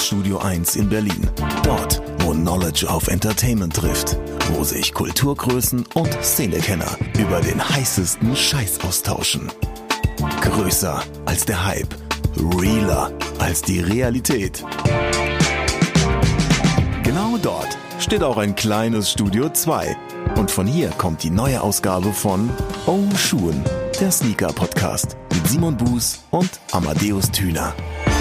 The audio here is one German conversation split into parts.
Studio 1 in Berlin. Dort, wo Knowledge auf Entertainment trifft. Wo sich Kulturgrößen und Szenekenner über den heißesten Scheiß austauschen. Größer als der Hype. Realer als die Realität. Genau dort steht auch ein kleines Studio 2. Und von hier kommt die neue Ausgabe von Oh Schuhen, der Sneaker-Podcast mit Simon Buß und Amadeus Thüner.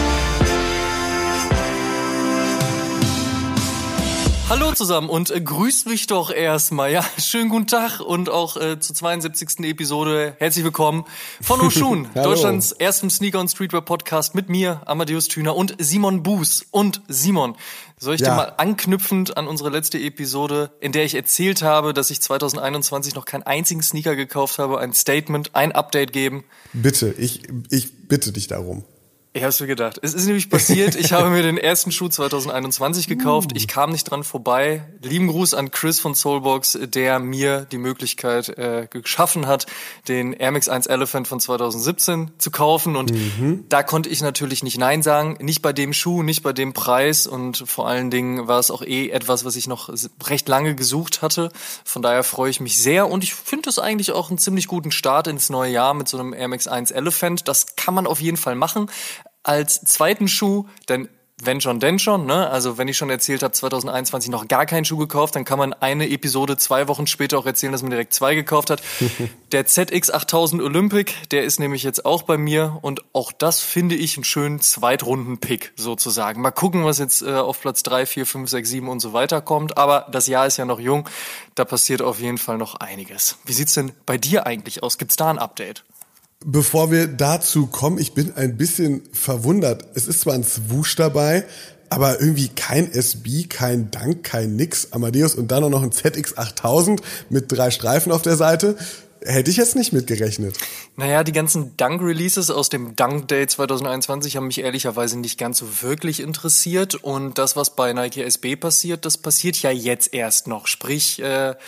Hallo zusammen und grüßt mich doch erstmal. Ja, schönen guten Tag und auch zur 72. Episode herzlich willkommen von Oh Schuhen, Deutschlands erstem Sneaker- und Streetwear-Podcast mit mir, Amadeus Thüner und Simon Buß. Und Simon, soll ich dir mal anknüpfend an unsere letzte Episode, in der ich erzählt habe, dass ich 2021 noch keinen einzigen Sneaker gekauft habe, ein Statement, ein Update geben? Bitte, ich bitte dich darum. Ich hab's mir gedacht. Es ist nämlich passiert, ich habe mir den ersten Schuh 2021 gekauft. Ich kam nicht dran vorbei. Lieben Gruß an Chris von Soulbox, der mir die Möglichkeit geschaffen hat, den Air Max 1 Elephant von 2017 zu kaufen. Und da konnte ich natürlich nicht Nein sagen. Nicht bei dem Schuh, nicht bei dem Preis. Und vor allen Dingen war es auch etwas, was ich noch recht lange gesucht hatte. Von daher freue ich mich sehr. Und ich finde das eigentlich auch einen ziemlich guten Start ins neue Jahr mit so einem Air Max 1 Elephant. Das kann man auf jeden Fall machen. Als zweiten Schuh, denn wenn schon, denn schon, ne? Also wenn ich schon erzählt habe, 2021 noch gar keinen Schuh gekauft, dann kann man eine Episode 2 Wochen später auch erzählen, dass man direkt 2 gekauft hat. Der ZX 8000 Olympic, der ist nämlich jetzt auch bei mir und auch das finde ich einen schönen Zweitrunden-Pick sozusagen. Mal gucken, was jetzt auf Platz 3, 4, 5, 6, 7 und so weiter kommt, aber das Jahr ist ja noch jung, da passiert auf jeden Fall noch einiges. Wie sieht's denn bei dir eigentlich aus? Gibt's da ein Update? Bevor wir dazu kommen, ich bin ein bisschen verwundert. Es ist zwar ein Swoosh dabei, aber irgendwie kein SB, kein Dunk, kein nix. Amadeus und dann auch noch ein ZX 8000 mit 3 Streifen auf der Seite. Hätte ich jetzt nicht mitgerechnet. Naja, die ganzen Dunk-Releases aus dem Dunk Day 2021 haben mich ehrlicherweise nicht ganz so wirklich interessiert. Und das, was bei Nike SB passiert, das passiert ja jetzt erst noch. Sprich,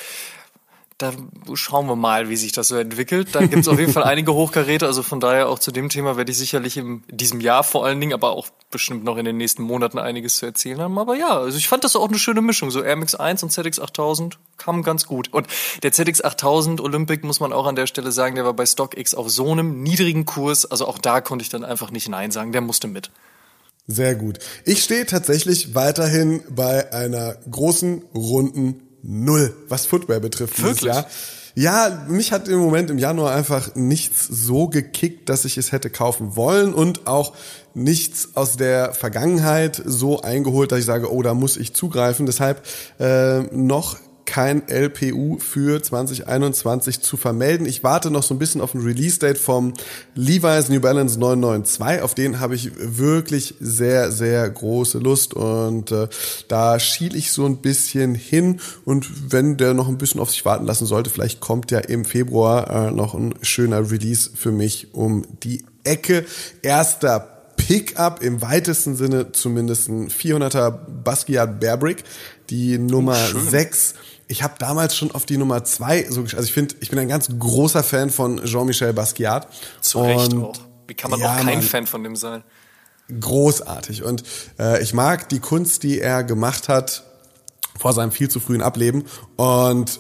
da schauen wir mal, wie sich das so entwickelt. Da gibt es auf jeden Fall einige Hochkaräte, also von daher auch zu dem Thema werde ich sicherlich in diesem Jahr vor allen Dingen, aber auch bestimmt noch in den nächsten Monaten einiges zu erzählen haben. Aber ja, also ich fand das auch eine schöne Mischung. So Air Max 1 und ZX 8000 kamen ganz gut. Und der ZX 8000 Olympic, muss man auch an der Stelle sagen, der war bei StockX auf so einem niedrigen Kurs. Also auch da konnte ich dann einfach nicht Nein sagen, der musste mit. Sehr gut. Ich stehe tatsächlich weiterhin bei einer großen, runden 0, was Footwear betrifft dieses Jahr. Ja, mich hat im Moment im Januar einfach nichts so gekickt, dass ich es hätte kaufen wollen und auch nichts aus der Vergangenheit so eingeholt, dass ich sage, oh, da muss ich zugreifen. Deshalb noch kein LPU für 2021 zu vermelden. Ich warte noch so ein bisschen auf ein Release-Date vom Levi's New Balance 992. Auf den habe ich wirklich sehr, sehr große Lust und da schiele ich so ein bisschen hin und wenn der noch ein bisschen auf sich warten lassen sollte, vielleicht kommt ja im Februar noch ein schöner Release für mich um die Ecke. Erster Pickup, im weitesten Sinne zumindest ein 400er Basquiat Bearbrick, die Nummer 6. Ich habe damals schon auf die Nummer 2 so also ich bin ein ganz großer Fan von Jean-Michel Basquiat. Zu Recht auch. Wie kann man auch kein Fan von dem sein? Großartig. Und ich mag die Kunst, die er gemacht hat vor seinem viel zu frühen Ableben. Und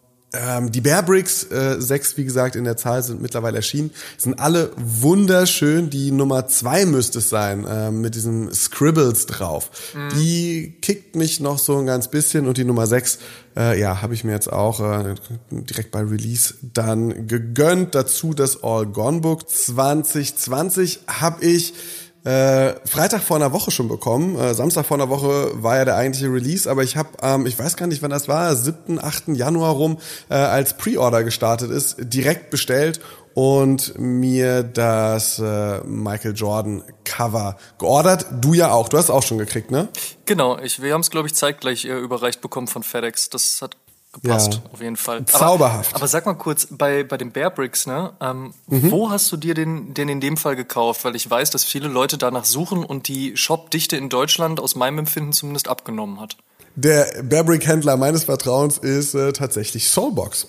die Bearbricks 6, wie gesagt, in der Zahl sind mittlerweile erschienen, sind alle wunderschön. Die Nummer 2 müsste es sein, mit diesen Scribbles drauf. Die kickt mich noch so ein ganz bisschen und die Nummer 6, habe ich mir jetzt auch direkt bei Release dann gegönnt. Dazu das All Gone Book 2020 habe ich Freitag vor einer Woche schon bekommen. Samstag vor einer Woche war ja der eigentliche Release, aber ich habe, ich weiß gar nicht, wann das war, 7., 8. Januar rum, als Pre-Order gestartet ist, direkt bestellt und mir das Michael Jordan Cover geordert. Du ja auch, du hast es auch schon gekriegt, ne? Genau, wir haben es, glaube ich, zeitgleich überreicht bekommen von FedEx. Das hat gepasst, auf jeden Fall. Zauberhaft. Aber sag mal kurz, bei den Bearbricks, ne? Wo hast du dir den in dem Fall gekauft? Weil ich weiß, dass viele Leute danach suchen und die Shopdichte in Deutschland aus meinem Empfinden zumindest abgenommen hat. Der Bearbrick-Händler meines Vertrauens ist tatsächlich Soulbox.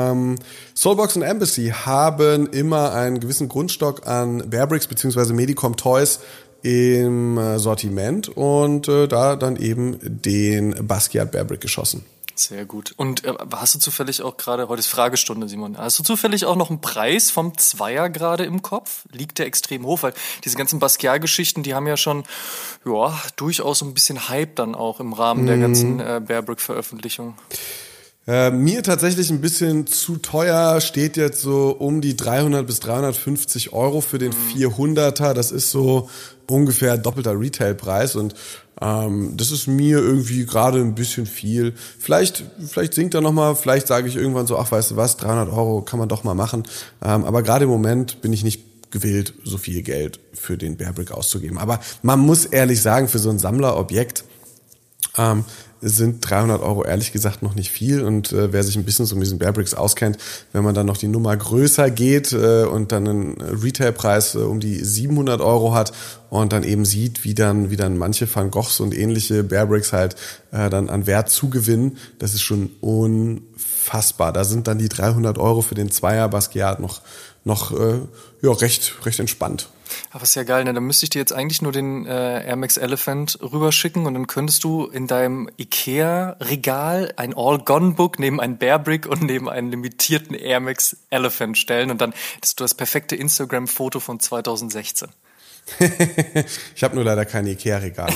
Soulbox und Embassy haben immer einen gewissen Grundstock an Bearbricks bzw. Medicom Toys im Sortiment und da dann eben den Basquiat Bearbrick geschossen. Sehr gut. Und hast du zufällig auch gerade, heute ist Fragestunde, Simon, hast du zufällig auch noch einen Preis vom Zweier gerade im Kopf? Liegt der extrem hoch? Weil diese ganzen Basquiat-Geschichten, die haben ja schon durchaus so ein bisschen Hype dann auch im Rahmen der ganzen Bearbrick-Veröffentlichung. Mir tatsächlich ein bisschen zu teuer, steht jetzt so um die 300 bis 350 Euro für den 400er. Das ist so ungefähr doppelter Retailpreis und das ist mir irgendwie gerade ein bisschen viel. Vielleicht sinkt er nochmal, vielleicht sage ich irgendwann so, ach weißt du was, 300 Euro kann man doch mal machen. Aber gerade im Moment bin ich nicht gewillt, so viel Geld für den Bearbrick auszugeben. Aber man muss ehrlich sagen, für so ein Sammlerobjekt sind 300 Euro ehrlich gesagt noch nicht viel und wer sich ein bisschen so mit diesen Bearbricks auskennt, wenn man dann noch die Nummer größer geht und dann einen Retailpreis um die 700 Euro hat und dann eben sieht, wie dann manche Van Goghs und ähnliche Bearbricks halt dann an Wert zugewinnen, das ist schon unfassbar. Da sind dann die 300 Euro für den Zweier Basquiat noch recht entspannt. Aber ist ja geil, ne? Dann müsste ich dir jetzt eigentlich nur den Air Max Elephant rüberschicken und dann könntest du in deinem Ikea-Regal ein All-Gone-Book neben einen Bearbrick und neben einen limitierten Air Max Elephant stellen und dann hättest du das perfekte Instagram-Foto von 2016. Ich habe nur leider keine Ikea-Regale.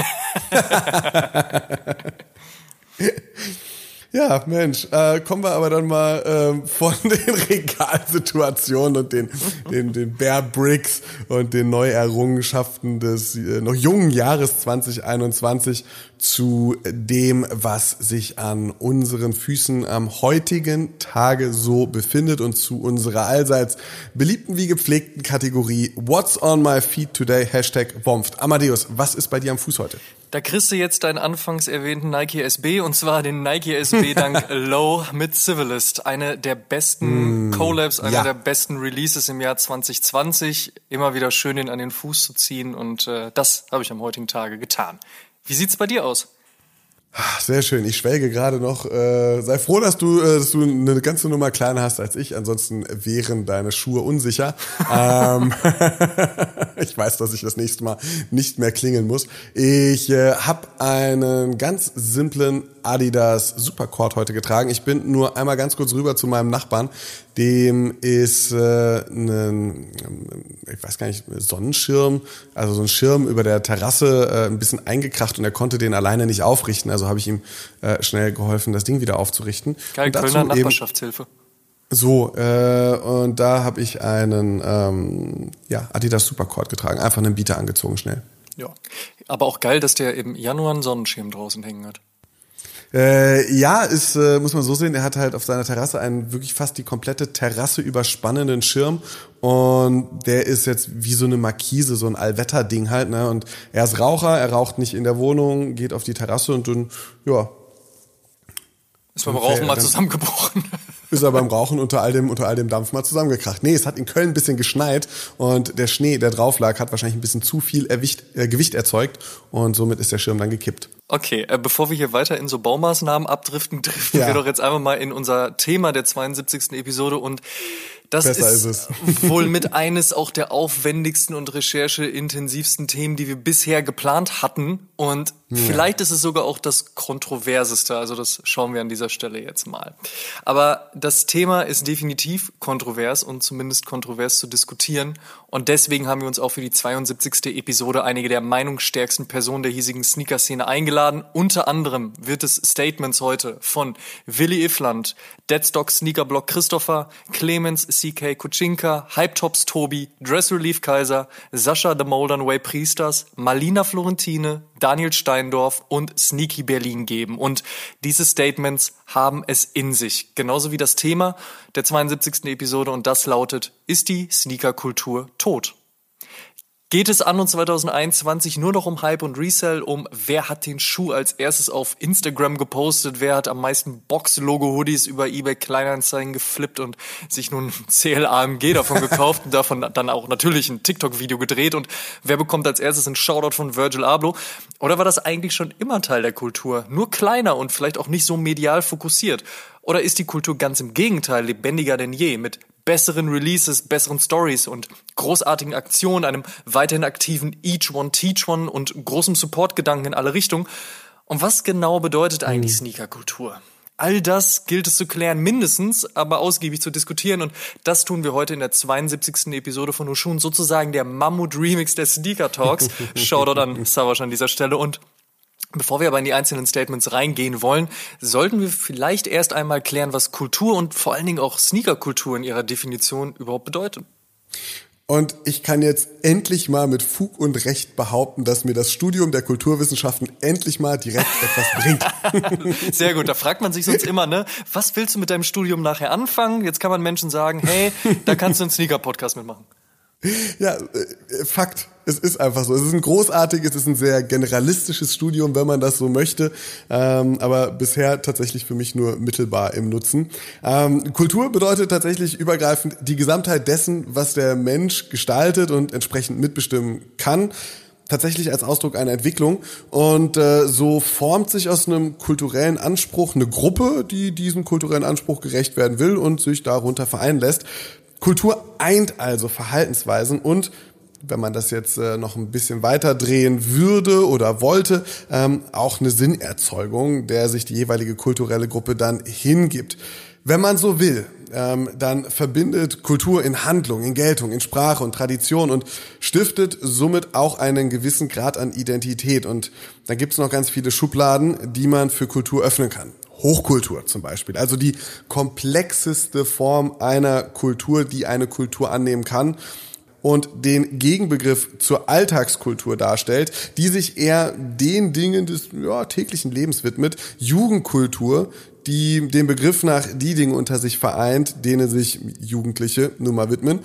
Ja, Mensch, kommen wir aber dann mal von den Regalsituationen und den Bearbricks und den Neuerrungenschaften des noch jungen Jahres 2021 zu dem, was sich an unseren Füßen am heutigen Tage so befindet und zu unserer allseits beliebten wie gepflegten Kategorie What's on my feet today? #Womft. Amadeus, was ist bei dir am Fuß heute? Da kriegst du jetzt deinen anfangs erwähnten Nike SB und zwar den Nike SB Dunk Low mit Civilist. Eine der besten Collabs, einer der besten Releases im Jahr 2020. Immer wieder schön, den an den Fuß zu ziehen und das habe ich am heutigen Tage getan. Wie sieht's bei dir aus? Sehr schön. Ich schwelge gerade noch. Sei froh, dass du eine ganze Nummer kleiner hast als ich. Ansonsten wären deine Schuhe unsicher. Ich weiß, dass ich das nächste Mal nicht mehr klingeln muss. Ich habe einen ganz simplen Adidas Supercord heute getragen. Ich bin nur einmal ganz kurz rüber zu meinem Nachbarn. Dem ist Sonnenschirm, also so ein Schirm über der Terrasse ein bisschen eingekracht und er konnte den alleine nicht aufrichten. Also habe ich ihm schnell geholfen, das Ding wieder aufzurichten. Geil, Kölner Nachbarschaftshilfe. So, und da habe ich einen Adidas Supercord getragen. Einfach einen Bieter angezogen, schnell. Ja, aber auch geil, dass der im Januar einen Sonnenschirm draußen hängen hat. Muss man so sehen, er hat halt auf seiner Terrasse einen wirklich fast die komplette Terrasse überspannenden Schirm und der ist jetzt wie so eine Markise, so ein Allwetterding halt, ne, und er ist Raucher, er raucht nicht in der Wohnung, geht auf die Terrasse und dann, ist beim Rauchen mal zusammengebrochen. Ist er beim Rauchen unter all dem Dampf mal zusammengekracht. Nee, es hat in Köln ein bisschen geschneit und der Schnee, der drauf lag, hat wahrscheinlich ein bisschen zu viel Gewicht erzeugt und somit ist der Schirm dann gekippt. Okay, bevor wir hier weiter in so Baumaßnahmen driften wir doch jetzt einfach mal in unser Thema der 72. Episode und das ist wohl mit eines auch der aufwendigsten und rechercheintensivsten Themen, die wir bisher geplant hatten. Und vielleicht ist es sogar auch das kontroverseste. Also das schauen wir an dieser Stelle jetzt mal. Aber das Thema ist definitiv kontrovers und zumindest kontrovers zu diskutieren. Und deswegen haben wir uns auch für die 72. Episode einige der meinungsstärksten Personen der hiesigen Sneaker-Szene eingeladen. Unter anderem wird es Statements heute von Willi Iffland, Deadstock Sneakerblock Christopher, Clemens CK Kuczynka, Hypetops Tobi, Dress Relief Kaiser, Sascha The Modern Way Priesters, Malina Florentine, Daniel Steindorf und Sneaky Berlin geben. Und diese Statements haben es in sich. Genauso wie das Thema der 72. Episode und das lautet, ist die Sneakerkultur tot? Geht es anno 2021 nur noch um Hype und Resell, um wer hat den Schuh als erstes auf Instagram gepostet, wer hat am meisten Box-Logo-Hoodies über eBay Kleinanzeigen geflippt und sich nun CL-AMG davon gekauft und davon dann auch natürlich ein TikTok-Video gedreht und wer bekommt als erstes einen Shoutout von Virgil Abloh? Oder war das eigentlich schon immer Teil der Kultur, nur kleiner und vielleicht auch nicht so medial fokussiert? Oder ist die Kultur ganz im Gegenteil lebendiger denn je mit besseren Releases, besseren Stories und großartigen Aktionen, einem weiterhin aktiven Each One Teach One und großem Support-Gedanken in alle Richtungen. Und was genau bedeutet eigentlich Sneaker-Kultur? All das gilt es zu klären, mindestens, aber ausgiebig zu diskutieren. Und das tun wir heute in der 72. Episode von Oshun, sozusagen der Mammut-Remix der Sneaker-Talks. Shoutout an Savas an dieser Stelle. Und bevor wir aber in die einzelnen Statements reingehen wollen, sollten wir vielleicht erst einmal klären, was Kultur und vor allen Dingen auch Sneaker-Kultur in ihrer Definition überhaupt bedeutet. Und ich kann jetzt endlich mal mit Fug und Recht behaupten, dass mir das Studium der Kulturwissenschaften endlich mal direkt etwas bringt. Sehr gut, da fragt man sich sonst immer, ne? Was willst du mit deinem Studium nachher anfangen? Jetzt kann man Menschen sagen, hey, da kannst du einen Sneaker-Podcast mitmachen. Ja, Fakt. Es ist einfach so. Es ist ein großartiges, es ist ein sehr generalistisches Studium, wenn man das so möchte, aber bisher tatsächlich für mich nur mittelbar im Nutzen. Kultur bedeutet tatsächlich übergreifend die Gesamtheit dessen, was der Mensch gestaltet und entsprechend mitbestimmen kann, tatsächlich als Ausdruck einer Entwicklung. Und so formt sich aus einem kulturellen Anspruch eine Gruppe, die diesem kulturellen Anspruch gerecht werden will und sich darunter vereinen lässt. Kultur eint also Verhaltensweisen und, wenn man das jetzt noch ein bisschen weiter drehen würde oder wollte, auch eine Sinnerzeugung, der sich die jeweilige kulturelle Gruppe dann hingibt. Wenn man so will, dann verbindet Kultur in Handlung, in Geltung, in Sprache und Tradition und stiftet somit auch einen gewissen Grad an Identität. Und dann gibt es noch ganz viele Schubladen, die man für Kultur öffnen kann. Hochkultur zum Beispiel, also die komplexeste Form einer Kultur, die eine Kultur annehmen kann und den Gegenbegriff zur Alltagskultur darstellt, die sich eher den Dingen des täglichen Lebens widmet. Jugendkultur, die dem Begriff nach die Dinge unter sich vereint, denen sich Jugendliche nun mal widmen,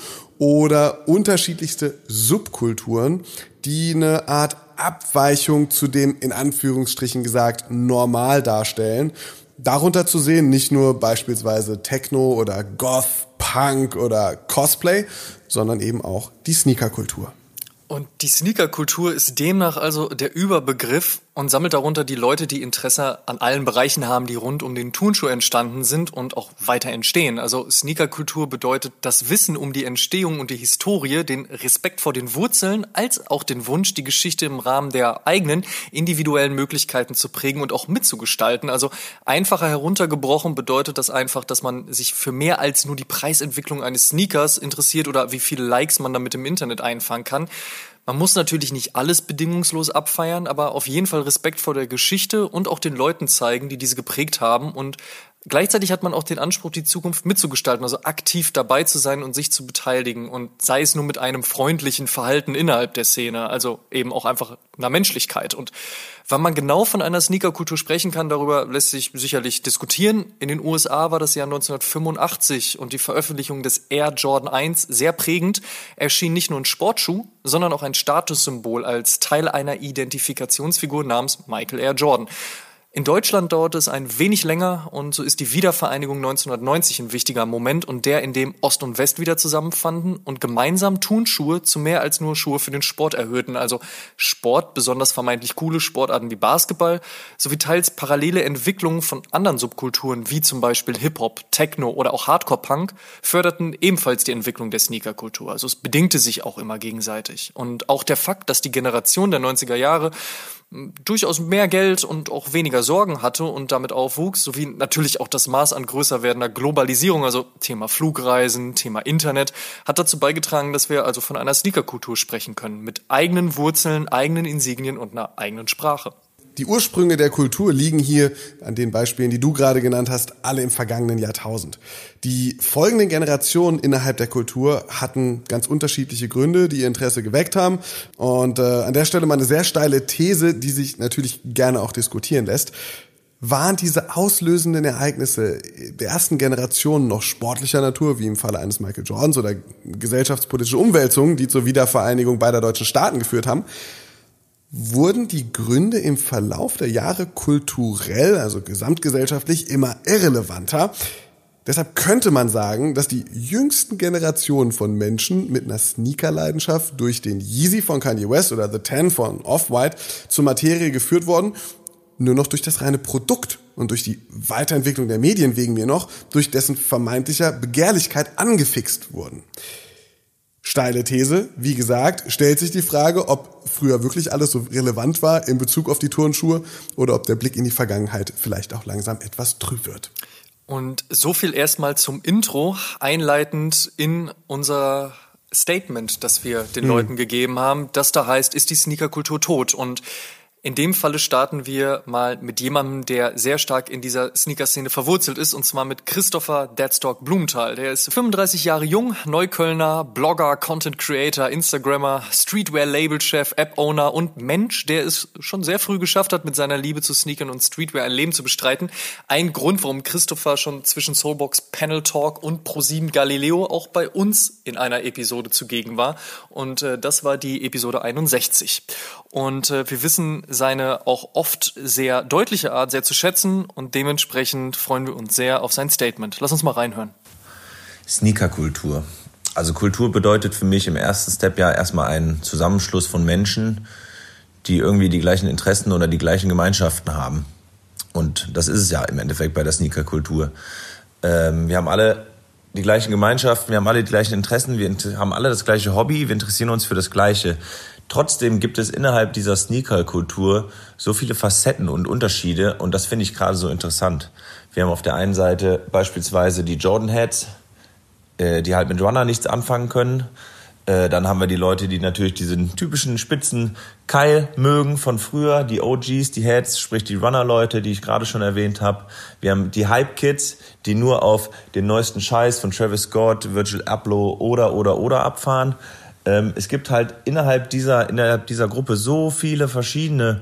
oder unterschiedlichste Subkulturen, die eine Art Abweichung zu dem in Anführungsstrichen gesagt normal darstellen. Darunter zu sehen nicht nur beispielsweise Techno oder Goth, Punk oder Cosplay, sondern eben auch die Sneakerkultur. Und die Sneakerkultur ist demnach also der Überbegriff und sammelt darunter die Leute, die Interesse an allen Bereichen haben, die rund um den Turnschuh entstanden sind und auch weiter entstehen. Also Sneakerkultur bedeutet das Wissen um die Entstehung und die Historie, den Respekt vor den Wurzeln, als auch den Wunsch, die Geschichte im Rahmen der eigenen individuellen Möglichkeiten zu prägen und auch mitzugestalten. Also einfacher heruntergebrochen bedeutet das einfach, dass man sich für mehr als nur die Preisentwicklung eines Sneakers interessiert oder wie viele Likes man damit im Internet einfangen kann. Man muss natürlich nicht alles bedingungslos abfeiern, aber auf jeden Fall Respekt vor der Geschichte und auch den Leuten zeigen, die diese geprägt haben. Und gleichzeitig hat man auch den Anspruch, die Zukunft mitzugestalten, also aktiv dabei zu sein und sich zu beteiligen. Und sei es nur mit einem freundlichen Verhalten innerhalb der Szene, also eben auch einfach einer Menschlichkeit. Und wann man genau von einer Sneakerkultur sprechen kann, darüber lässt sich sicherlich diskutieren. In den USA war das Jahr 1985 und die Veröffentlichung des Air Jordan 1 sehr prägend. Erschien nicht nur ein Sportschuh, sondern auch ein Statussymbol als Teil einer Identifikationsfigur namens Michael Air Jordan. In Deutschland dauert es ein wenig länger und so ist die Wiedervereinigung 1990 ein wichtiger Moment und der, in dem Ost und West wieder zusammenfanden und gemeinsam Turnschuhe zu mehr als nur Schuhe für den Sport erhöhten. Also Sport, besonders vermeintlich coole Sportarten wie Basketball, sowie teils parallele Entwicklungen von anderen Subkulturen wie zum Beispiel Hip-Hop, Techno oder auch Hardcore-Punk förderten ebenfalls die Entwicklung der Sneakerkultur. Also es bedingte sich auch immer gegenseitig. Und auch der Fakt, dass die Generation der 90er Jahre durchaus mehr Geld und auch weniger Sorgen hatte und damit aufwuchs, sowie natürlich auch das Maß an größer werdender Globalisierung, also Thema Flugreisen, Thema Internet, hat dazu beigetragen, dass wir also von einer Sneakerkultur sprechen können, mit eigenen Wurzeln, eigenen Insignien und einer eigenen Sprache. Die Ursprünge der Kultur liegen hier, an den Beispielen, die du gerade genannt hast, alle im vergangenen Jahrtausend. Die folgenden Generationen innerhalb der Kultur hatten ganz unterschiedliche Gründe, die ihr Interesse geweckt haben. Und an der Stelle mal eine sehr steile These, die sich natürlich gerne auch diskutieren lässt. Waren diese auslösenden Ereignisse der ersten Generationen noch sportlicher Natur, wie im Falle eines Michael Jordans, oder gesellschaftspolitische Umwälzungen, die zur Wiedervereinigung beider deutschen Staaten geführt haben, wurden die Gründe im Verlauf der Jahre kulturell, also gesamtgesellschaftlich, immer irrelevanter. Deshalb könnte man sagen, dass die jüngsten Generationen von Menschen mit einer Sneakerleidenschaft durch den Yeezy von Kanye West oder The Ten von Off-White zur Materie geführt wurden nur noch durch das reine Produkt und durch die Weiterentwicklung der Medien wegen mir noch durch dessen vermeintlicher Begehrlichkeit angefixt wurden. Steile These, wie gesagt, stellt sich die Frage, ob früher wirklich alles so relevant war in Bezug auf die Turnschuhe oder ob der Blick in die Vergangenheit vielleicht auch langsam etwas trüb wird. Und so viel erstmal zum Intro, einleitend in unser Statement, das wir den Leuten gegeben haben, das da heißt, ist die Sneakerkultur tot? Und in dem Falle starten wir mal mit jemandem, der sehr stark in dieser Sneaker-Szene verwurzelt ist, und zwar mit Christopher Deadstock Blumenthal. Der ist 35 Jahre jung, Neuköllner, Blogger, Content Creator, Instagrammer, Streetwear-Label-Chef, App-Owner und Mensch, der es schon sehr früh geschafft hat, mit seiner Liebe zu Sneakern und Streetwear ein Leben zu bestreiten. Ein Grund, warum Christopher schon zwischen Soulbox Panel Talk und ProSieben Galileo auch bei uns in einer Episode zugegen war. Und das war die Episode 61. Und wir wissen seine auch oft sehr deutliche Art sehr zu schätzen und dementsprechend freuen wir uns sehr auf sein Statement. Lass uns mal reinhören. Sneakerkultur. Also Kultur bedeutet für mich im ersten Step ja erstmal einen Zusammenschluss von Menschen, die irgendwie die gleichen Interessen oder die gleichen Gemeinschaften haben. Und das ist es ja im Endeffekt bei der Sneakerkultur. Wir haben alle die gleichen Gemeinschaften, wir haben alle die gleichen Interessen, wir haben alle das gleiche Hobby, wir interessieren uns für das Gleiche. Trotzdem gibt es innerhalb dieser Sneaker-Kultur so viele Facetten und Unterschiede und das finde ich gerade so interessant. Wir haben auf der einen Seite beispielsweise die Jordan-Heads, die halt mit Runner nichts anfangen können. Dann haben wir die Leute, die natürlich diesen typischen spitzen Keil mögen von früher, die OGs, die Heads, sprich die Runner-Leute, die ich gerade schon erwähnt habe. Wir haben die Hype-Kids, die nur auf den neuesten Scheiß von Travis Scott, Virgil Abloh oder abfahren. Es gibt halt innerhalb dieser Gruppe so viele verschiedene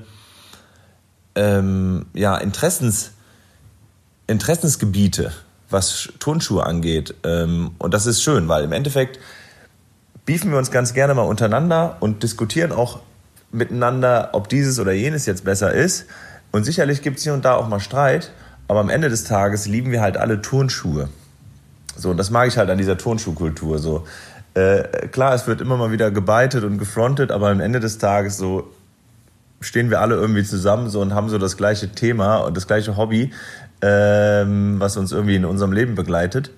Interessensgebiete, was Turnschuhe angeht. Und das ist schön, weil im Endeffekt beefen wir uns ganz gerne mal untereinander und diskutieren auch miteinander, ob dieses oder jenes jetzt besser ist. Und sicherlich gibt es hier und da auch mal Streit, aber am Ende des Tages lieben wir halt alle Turnschuhe. So, und das mag ich halt an dieser Turnschuhkultur so. Klar, es wird immer mal wieder gebeitet und gefrontet, aber am Ende des Tages so stehen wir alle irgendwie zusammen so und haben so das gleiche Thema und das gleiche Hobby, was uns irgendwie in unserem Leben begleitet.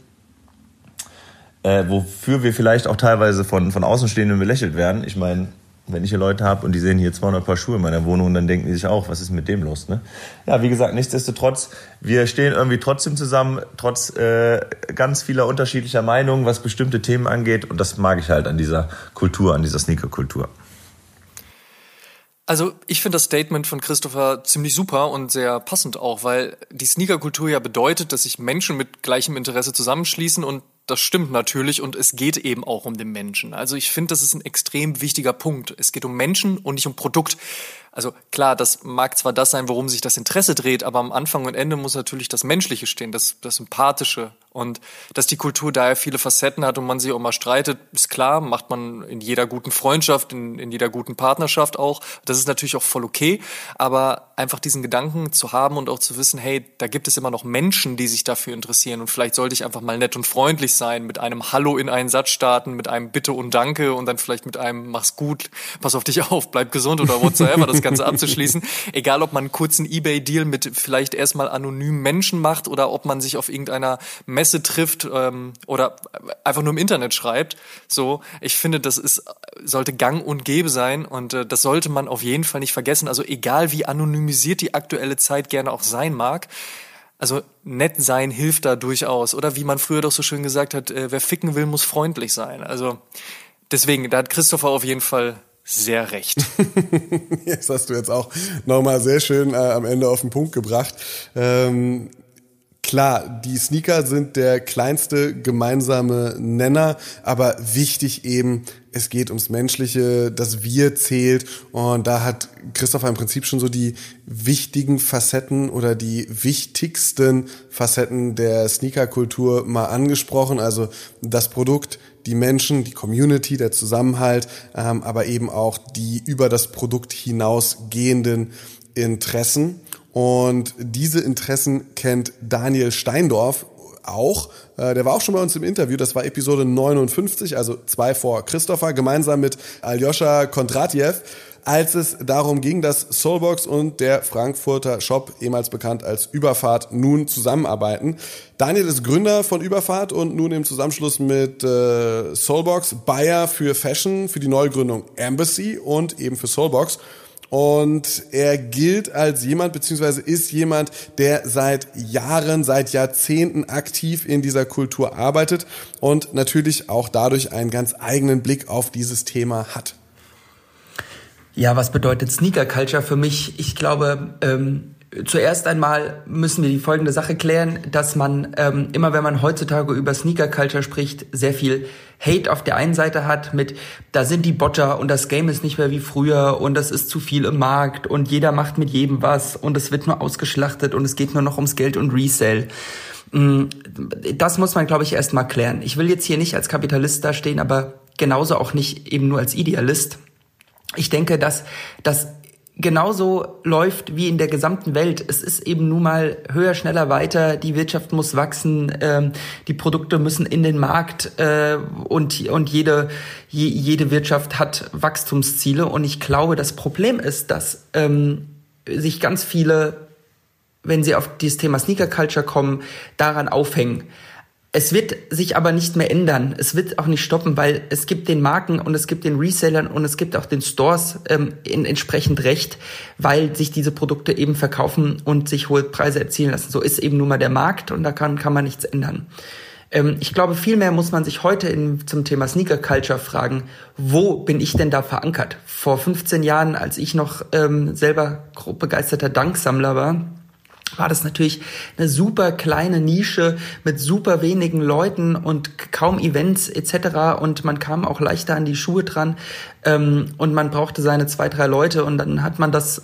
Wofür wir vielleicht auch teilweise von Außenstehenden belächelt werden. Ich meine, wenn ich hier Leute habe und die sehen hier 200 Paar Schuhe in meiner Wohnung, dann denken die sich auch, was ist mit dem los, ne? Ja, wie gesagt, nichtsdestotrotz, wir stehen irgendwie trotzdem zusammen, trotz ganz vieler unterschiedlicher Meinungen, was bestimmte Themen angeht. Und das mag ich halt an dieser Kultur, an dieser Sneaker-Kultur. Also ich finde das Statement von Christopher ziemlich super und sehr passend auch, weil die Sneakerkultur ja bedeutet, dass sich Menschen mit gleichem Interesse zusammenschließen und das stimmt natürlich und es geht eben auch um den Menschen. Also ich finde, das ist ein extrem wichtiger Punkt. Es geht um Menschen und nicht um Produkt. Also klar, das mag zwar das sein, worum sich das Interesse dreht, aber am Anfang und Ende muss natürlich das Menschliche stehen, das Sympathische. Und dass die Kultur daher viele Facetten hat und man sich auch mal streitet, ist klar, macht man in jeder guten Freundschaft, in jeder guten Partnerschaft auch. Das ist natürlich auch voll okay, aber einfach diesen Gedanken zu haben und auch zu wissen, hey, da gibt es immer noch Menschen, die sich dafür interessieren und vielleicht sollte ich einfach mal nett und freundlich sein, mit einem Hallo in einen Satz starten, mit einem Bitte und Danke und dann vielleicht mit einem Mach's gut, pass auf dich auf, bleib gesund oder whatsoever, das Ganze abzuschließen. Egal, ob man einen kurzen eBay-Deal mit vielleicht erstmal anonymen Menschen macht oder ob man sich auf irgendeiner Messe trifft oder einfach nur im Internet schreibt. So, ich finde, sollte gang und gäbe sein und das sollte man auf jeden Fall nicht vergessen. Also egal, wie anonymisiert die aktuelle Zeit gerne auch sein mag, also nett sein hilft da durchaus. Oder wie man früher doch so schön gesagt hat, wer ficken will, muss freundlich sein. Also deswegen, da hat Christopher auf jeden Fall sehr recht. Das hast du jetzt auch nochmal sehr schön am Ende auf den Punkt gebracht. Klar, die Sneaker sind der kleinste gemeinsame Nenner, aber wichtig eben, es geht ums Menschliche, das Wir zählt und da hat Christopher im Prinzip schon so die wichtigen Facetten oder die wichtigsten Facetten der Sneakerkultur mal angesprochen, also das Produkt, die Menschen, die Community, der Zusammenhalt, aber eben auch die über das Produkt hinausgehenden Interessen. Und diese Interessen kennt Daniel Steindorf auch. Der war auch schon bei uns im Interview, das war Episode 59, also 2 vor Christopher, gemeinsam mit Aljoscha Kondratjew, als es darum ging, dass Soulbox und der Frankfurter Shop, ehemals bekannt als Überfahrt, nun zusammenarbeiten. Daniel ist Gründer von Überfahrt und nun im Zusammenschluss mit Soulbox Buyer für Fashion, für die Neugründung Embassy und eben für Soulbox. Und er gilt als jemand, beziehungsweise ist jemand, der seit Jahren, seit Jahrzehnten aktiv in dieser Kultur arbeitet und natürlich auch dadurch einen ganz eigenen Blick auf dieses Thema hat. Ja, was bedeutet Sneaker Culture für mich? Ich glaube, zuerst einmal müssen wir die folgende Sache klären, dass man immer, wenn man heutzutage über Sneaker Culture spricht, sehr viel Hate auf der einen Seite hat mit, da sind die Botter und das Game ist nicht mehr wie früher und das ist zu viel im Markt und jeder macht mit jedem was und es wird nur ausgeschlachtet und es geht nur noch ums Geld und Resell. Das muss man, glaube ich, erst mal klären. Ich will jetzt hier nicht als Kapitalist dastehen, aber genauso auch nicht eben nur als Idealist. Ich denke, dass das genauso läuft wie in der gesamten Welt. Es ist eben nun mal höher, schneller, weiter. Die Wirtschaft muss wachsen, die Produkte müssen in den Markt und jede Wirtschaft hat Wachstumsziele. Und ich glaube, das Problem ist, dass sich ganz viele, wenn sie auf dieses Thema Sneaker Culture kommen, daran aufhängen. Es wird sich aber nicht mehr ändern. Es wird auch nicht stoppen, weil es gibt den Marken und es gibt den Resellern und es gibt auch den Stores entsprechend Recht, weil sich diese Produkte eben verkaufen und sich hohe Preise erzielen lassen. So ist eben nun mal der Markt und da kann man nichts ändern. Ich glaube, vielmehr muss man sich heute zum Thema Sneaker Culture fragen, wo bin ich denn da verankert? Vor 15 Jahren, als ich noch selber begeisterter Dunksammler war das natürlich eine super kleine Nische mit super wenigen Leuten und kaum Events etc. Und man kam auch leichter an die Schuhe dran und man brauchte seine 2, 3 Leute und dann hat man das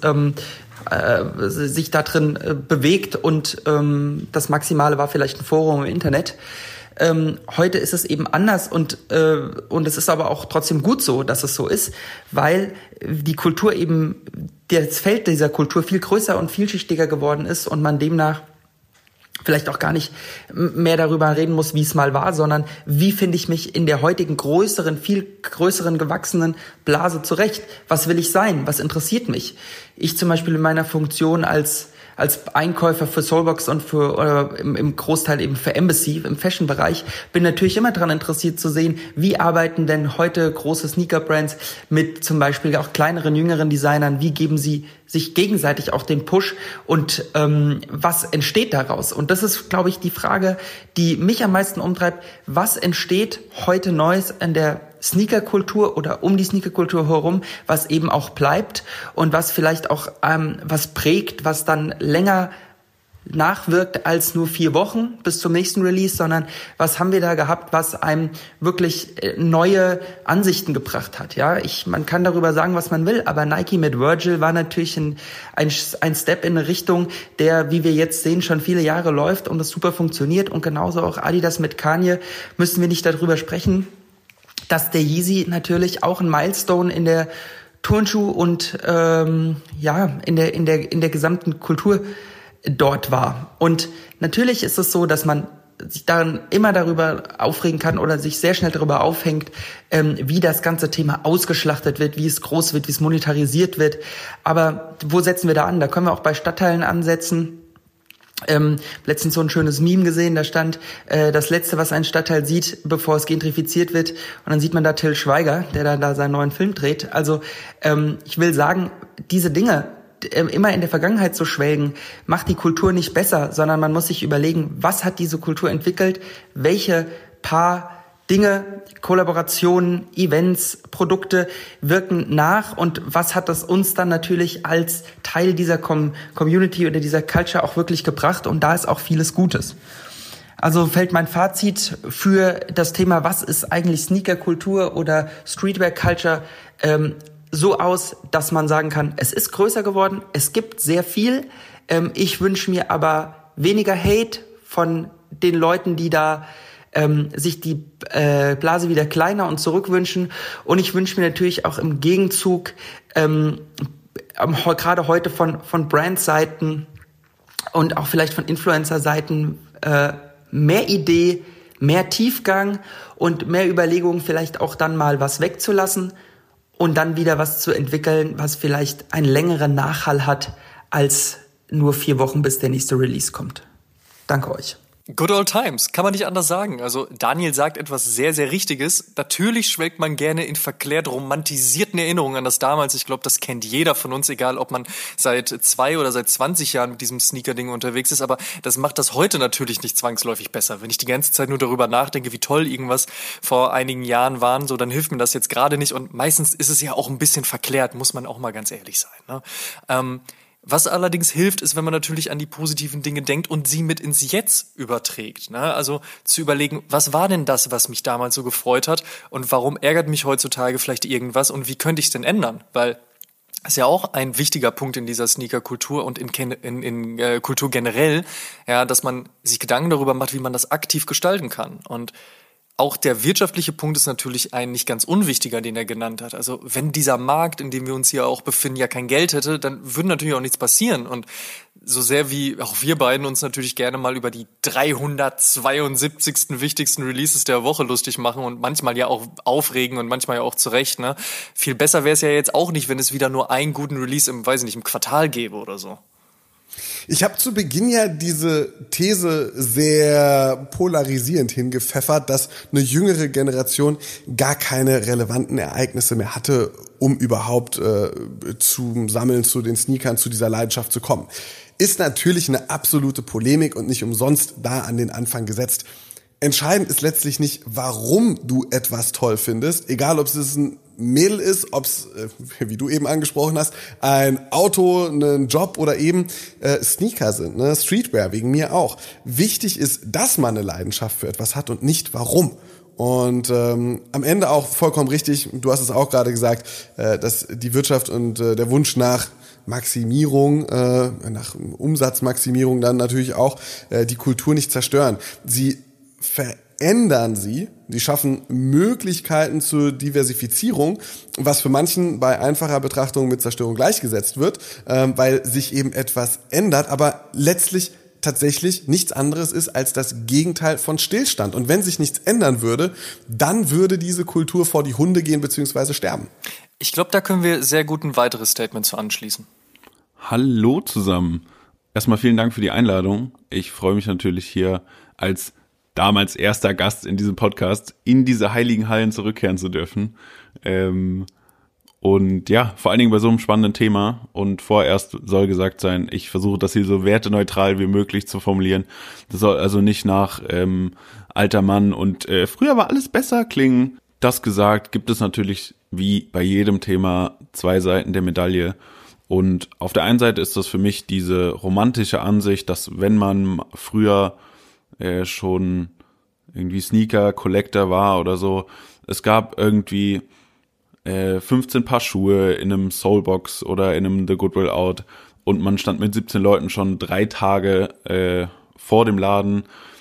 sich da drin bewegt und das Maximale war vielleicht ein Forum im Internet. Heute ist es eben anders und es ist aber auch trotzdem gut so, dass es so ist, weil die Kultur eben, das Feld dieser Kultur viel größer und vielschichtiger geworden ist und man demnach vielleicht auch gar nicht mehr darüber reden muss, wie es mal war, sondern wie finde ich mich in der heutigen viel größeren, gewachsenen Blase zurecht? Was will ich sein? Was interessiert mich? Ich zum Beispiel in meiner Funktion als Einkäufer für Soulbox und im Großteil eben für Embassy im Fashion-Bereich bin natürlich immer daran interessiert zu sehen, wie arbeiten denn heute große Sneaker-Brands mit zum Beispiel auch kleineren, jüngeren Designern, wie geben sie sich gegenseitig auch den Push und was entsteht daraus? Und das ist, glaube ich, die Frage, die mich am meisten umtreibt. Was entsteht heute Neues an der Sneakerkultur oder um die Sneakerkultur herum, was eben auch bleibt und was vielleicht auch was prägt, was dann länger nachwirkt als nur 4 Wochen bis zum nächsten Release, sondern was haben wir da gehabt, was einem wirklich neue Ansichten gebracht hat. Ja, man kann darüber sagen, was man will, aber Nike mit Virgil war natürlich ein Step in eine Richtung, der, wie wir jetzt sehen, schon viele Jahre läuft und das super funktioniert und genauso auch Adidas mit Kanye, müssen wir nicht darüber sprechen, dass der Yeezy natürlich auch ein Milestone in der Turnschuh- und in der gesamten Kultur dort war. Und natürlich ist es so, dass man sich dann immer darüber aufregen kann oder sich sehr schnell darüber aufhängt, wie das ganze Thema ausgeschlachtet wird, wie es groß wird, wie es monetarisiert wird. Aber wo setzen wir da an? Da können wir auch bei Stadtteilen ansetzen. Letztens so ein schönes Meme gesehen, da stand, das Letzte, was ein Stadtteil sieht, bevor es gentrifiziert wird. Und dann sieht man da Till Schweiger, der da seinen neuen Film dreht. Also ich will sagen, diese Dinge immer in der Vergangenheit zu schwelgen, macht die Kultur nicht besser, sondern man muss sich überlegen, was hat diese Kultur entwickelt, welche paar Dinge, Kollaborationen, Events, Produkte wirken nach und was hat das uns dann natürlich als Teil dieser Community oder dieser Culture auch wirklich gebracht und da ist auch vieles Gutes. Also fällt mein Fazit für das Thema, was ist eigentlich Sneaker-Kultur oder Streetwear-Culture, so aus, dass man sagen kann, es ist größer geworden, es gibt sehr viel, ich wünsche mir aber weniger Hate von den Leuten, die da sich die Blase wieder kleiner und zurückwünschen. Und ich wünsche mir natürlich auch im Gegenzug, gerade heute von Brand-Seiten und auch vielleicht von Influencer-Seiten, mehr Idee, mehr Tiefgang und mehr Überlegungen, vielleicht auch dann mal was wegzulassen und dann wieder was zu entwickeln, was vielleicht einen längeren Nachhall hat als nur 4 Wochen, bis der nächste Release kommt. Danke euch. Good old times, kann man nicht anders sagen. Also Daniel sagt etwas sehr, sehr Richtiges. Natürlich schwelgt man gerne in verklärt romantisierten Erinnerungen an das damals. Ich glaube, das kennt jeder von uns, egal ob man seit 2 oder seit 20 Jahren mit diesem Sneaker-Ding unterwegs ist. Aber das macht das heute natürlich nicht zwangsläufig besser. Wenn ich die ganze Zeit nur darüber nachdenke, wie toll irgendwas vor einigen Jahren waren, so, dann hilft mir das jetzt gerade nicht. Und meistens ist es ja auch ein bisschen verklärt, muss man auch mal ganz ehrlich sein, ne? Was allerdings hilft, ist, wenn man natürlich an die positiven Dinge denkt und sie mit ins Jetzt überträgt, ne? Also zu überlegen, was war denn das, was mich damals so gefreut hat und warum ärgert mich heutzutage vielleicht irgendwas und wie könnte ich es denn ändern? Weil das ist ja auch ein wichtiger Punkt in dieser Sneaker-Kultur und in Kultur generell, ja, dass man sich Gedanken darüber macht, wie man das aktiv gestalten kann. Und auch der wirtschaftliche Punkt ist natürlich ein nicht ganz unwichtiger, den er genannt hat. Also wenn dieser Markt, in dem wir uns hier auch befinden, ja kein Geld hätte, dann würde natürlich auch nichts passieren. Und so sehr wie auch wir beiden uns natürlich gerne mal über die 372. wichtigsten Releases der Woche lustig machen und manchmal ja auch aufregen und manchmal ja auch zurecht, ne? Viel besser wäre es ja jetzt auch nicht, wenn es wieder nur einen guten Release im Quartal gäbe oder so. Ich habe zu Beginn ja diese These sehr polarisierend hingepfeffert, dass eine jüngere Generation gar keine relevanten Ereignisse mehr hatte, um überhaupt zu sammeln, zu den Sneakern, zu dieser Leidenschaft zu kommen. Ist natürlich eine absolute Polemik und nicht umsonst da an den Anfang gesetzt. Entscheidend ist letztlich nicht, warum du etwas toll findest, egal ob es ein Mädel ist, ob es, wie du eben angesprochen hast, ein Auto, ein Job oder eben Sneaker sind, ne? Streetwear, wegen mir auch. Wichtig ist, dass man eine Leidenschaft für etwas hat und nicht warum. Und am Ende auch vollkommen richtig, du hast es auch gerade gesagt, dass die Wirtschaft und der Wunsch nach Maximierung, nach Umsatzmaximierung dann natürlich auch die Kultur nicht zerstören. Sie verändern sie schaffen Möglichkeiten zur Diversifizierung, was für manchen bei einfacher Betrachtung mit Zerstörung gleichgesetzt wird, weil sich eben etwas ändert, aber letztlich tatsächlich nichts anderes ist als das Gegenteil von Stillstand. Und wenn sich nichts ändern würde, dann würde diese Kultur vor die Hunde gehen bzw. sterben. Ich glaube, da können wir sehr gut ein weiteres Statement zu anschließen. Hallo zusammen. Erstmal vielen Dank für die Einladung. Ich freue mich natürlich hier als damals erster Gast in diesem Podcast in diese heiligen Hallen zurückkehren zu dürfen. Und ja, vor allen Dingen bei so einem spannenden Thema. Und vorerst soll gesagt sein, ich versuche das hier so werteneutral wie möglich zu formulieren. Das soll also nicht nach alter Mann und früher war alles besser klingen. Das gesagt, gibt es natürlich wie bei jedem Thema 2 Seiten der Medaille. Und auf der einen Seite ist das für mich diese romantische Ansicht, dass wenn man früher schon irgendwie Sneaker-Collector war oder so, es gab irgendwie 15 Paar Schuhe in einem Soulbox oder in einem The Goodwill Out und man stand mit 17 Leuten schon 3 Tage vor dem Laden.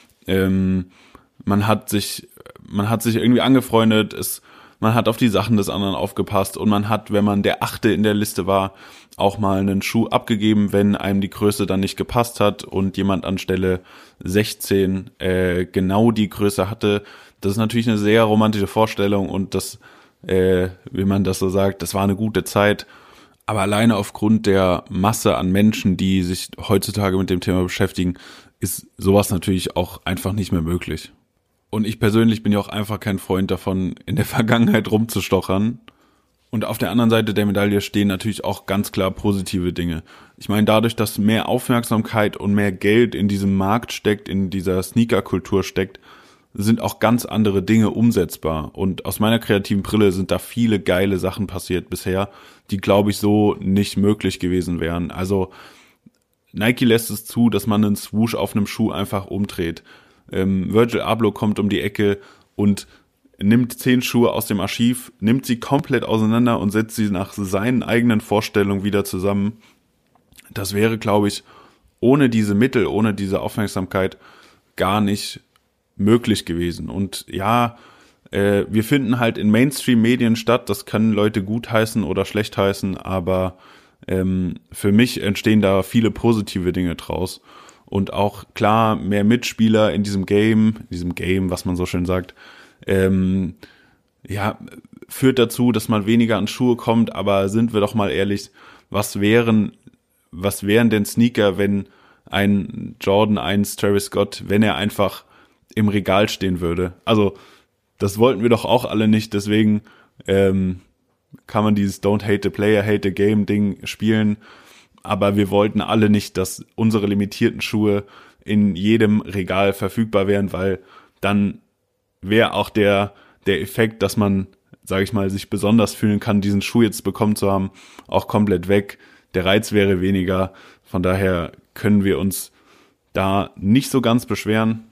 Man hat sich irgendwie angefreundet, man hat auf die Sachen des anderen aufgepasst und man hat, wenn man der 8. in der Liste war, auch mal einen Schuh abgegeben, wenn einem die Größe dann nicht gepasst hat und jemand an Stelle 16 genau die Größe hatte. Das ist natürlich eine sehr romantische Vorstellung und das, wie man das so sagt, das war eine gute Zeit. Aber alleine aufgrund der Masse an Menschen, die sich heutzutage mit dem Thema beschäftigen, ist sowas natürlich auch einfach nicht mehr möglich. Und ich persönlich bin ja auch einfach kein Freund davon, in der Vergangenheit rumzustochern. Und auf der anderen Seite der Medaille stehen natürlich auch ganz klar positive Dinge. Ich meine, dadurch, dass mehr Aufmerksamkeit und mehr Geld in diesem Markt steckt, in dieser Sneaker-Kultur steckt, sind auch ganz andere Dinge umsetzbar. Und aus meiner kreativen Brille sind da viele geile Sachen passiert bisher, die, glaube ich, so nicht möglich gewesen wären. Also Nike lässt es zu, dass man einen Swoosh auf einem Schuh einfach umdreht. Virgil Abloh kommt um die Ecke und nimmt 10 Schuhe aus dem Archiv, nimmt sie komplett auseinander und setzt sie nach seinen eigenen Vorstellungen wieder zusammen. Das wäre, glaube ich, ohne diese Mittel, ohne diese Aufmerksamkeit gar nicht möglich gewesen. Und ja, wir finden halt in Mainstream-Medien statt, das können Leute gut heißen oder schlecht heißen, aber für mich entstehen da viele positive Dinge draus. und auch klar mehr Mitspieler in diesem Game, was man so schön sagt, führt dazu, dass man weniger an Schuhe kommt, aber sind wir doch mal ehrlich, was wären denn Sneaker, wenn ein Jordan 1 Travis Scott, wenn er einfach im Regal stehen würde? Also, das wollten wir doch auch alle nicht, deswegen kann man dieses Don't hate the player, hate the game Ding spielen, aber wir wollten alle nicht, dass unsere limitierten Schuhe in jedem Regal verfügbar wären, weil dann wäre auch der Effekt, dass man, sage ich mal, sich besonders fühlen kann, diesen Schuh jetzt bekommen zu haben, auch komplett weg. Der Reiz wäre weniger, von daher können wir uns da nicht so ganz beschweren.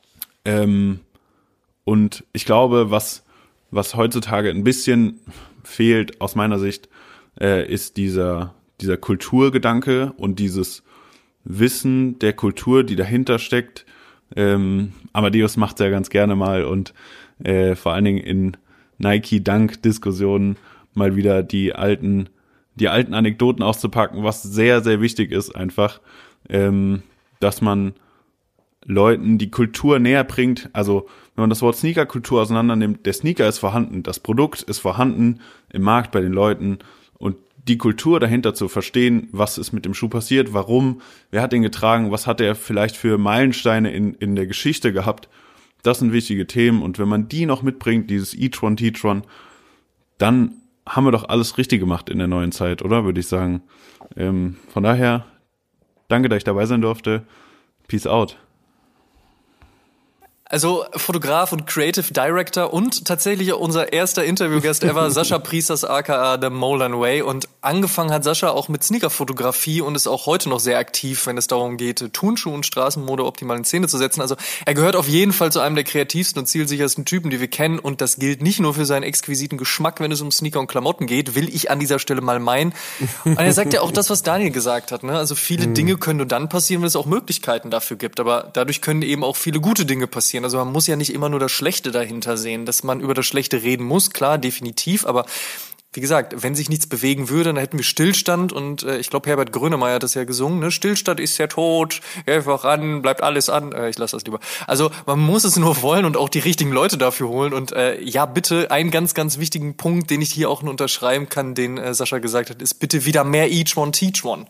Und ich glaube, was heutzutage ein bisschen fehlt aus meiner Sicht, ist dieser Kulturgedanke und dieses Wissen der Kultur, die dahinter steckt. Amadeus macht es ja ganz gerne mal und vor allen Dingen in Nike-Dunk-Diskussionen mal wieder die alten Anekdoten auszupacken, was sehr, sehr wichtig ist einfach, dass man Leuten die Kultur näher bringt. Also wenn man das Wort Sneaker-Kultur auseinander nimmt, der Sneaker ist vorhanden, das Produkt ist vorhanden im Markt bei den Leuten und die Kultur dahinter zu verstehen, was ist mit dem Schuh passiert, warum, wer hat den getragen, was hat er vielleicht für Meilensteine in der Geschichte gehabt, das sind wichtige Themen und wenn man die noch mitbringt, dieses Each One Teach One, dann haben wir doch alles richtig gemacht in der neuen Zeit, oder? Würde ich sagen. Von daher, danke, dass ich dabei sein durfte. Peace out. Also Fotograf und Creative Director und tatsächlich unser erster Interviewgast ever, Sascha Priesters aka The Molan Way. Und angefangen hat Sascha auch mit Sneakerfotografie und ist auch heute noch sehr aktiv, wenn es darum geht, Turnschuhe und Straßenmode optimal in Szene zu setzen. Also er gehört auf jeden Fall zu einem der kreativsten und zielsichersten Typen, die wir kennen. Und das gilt nicht nur für seinen exquisiten Geschmack, wenn es um Sneaker und Klamotten geht, will ich an dieser Stelle mal meinen. Und er sagt ja auch das, was Daniel gesagt hat, ne? Also viele Dinge können nur dann passieren, wenn es auch Möglichkeiten dafür gibt. Aber dadurch können eben auch viele gute Dinge passieren. Also man muss ja nicht immer nur das Schlechte dahinter sehen, dass man über das Schlechte reden muss, klar, definitiv, aber wie gesagt, wenn sich nichts bewegen würde, dann hätten wir Stillstand und ich glaube, Herbert Grönemeyer hat das ja gesungen, ne? Stillstand ist ja tot, einfach ran, bleibt alles an. Ich lasse das lieber. Also man muss es nur wollen und auch die richtigen Leute dafür holen und ja, bitte einen ganz, ganz wichtigen Punkt, den ich hier auch nur unterschreiben kann, den Sascha gesagt hat, ist bitte wieder mehr Each One Teach One.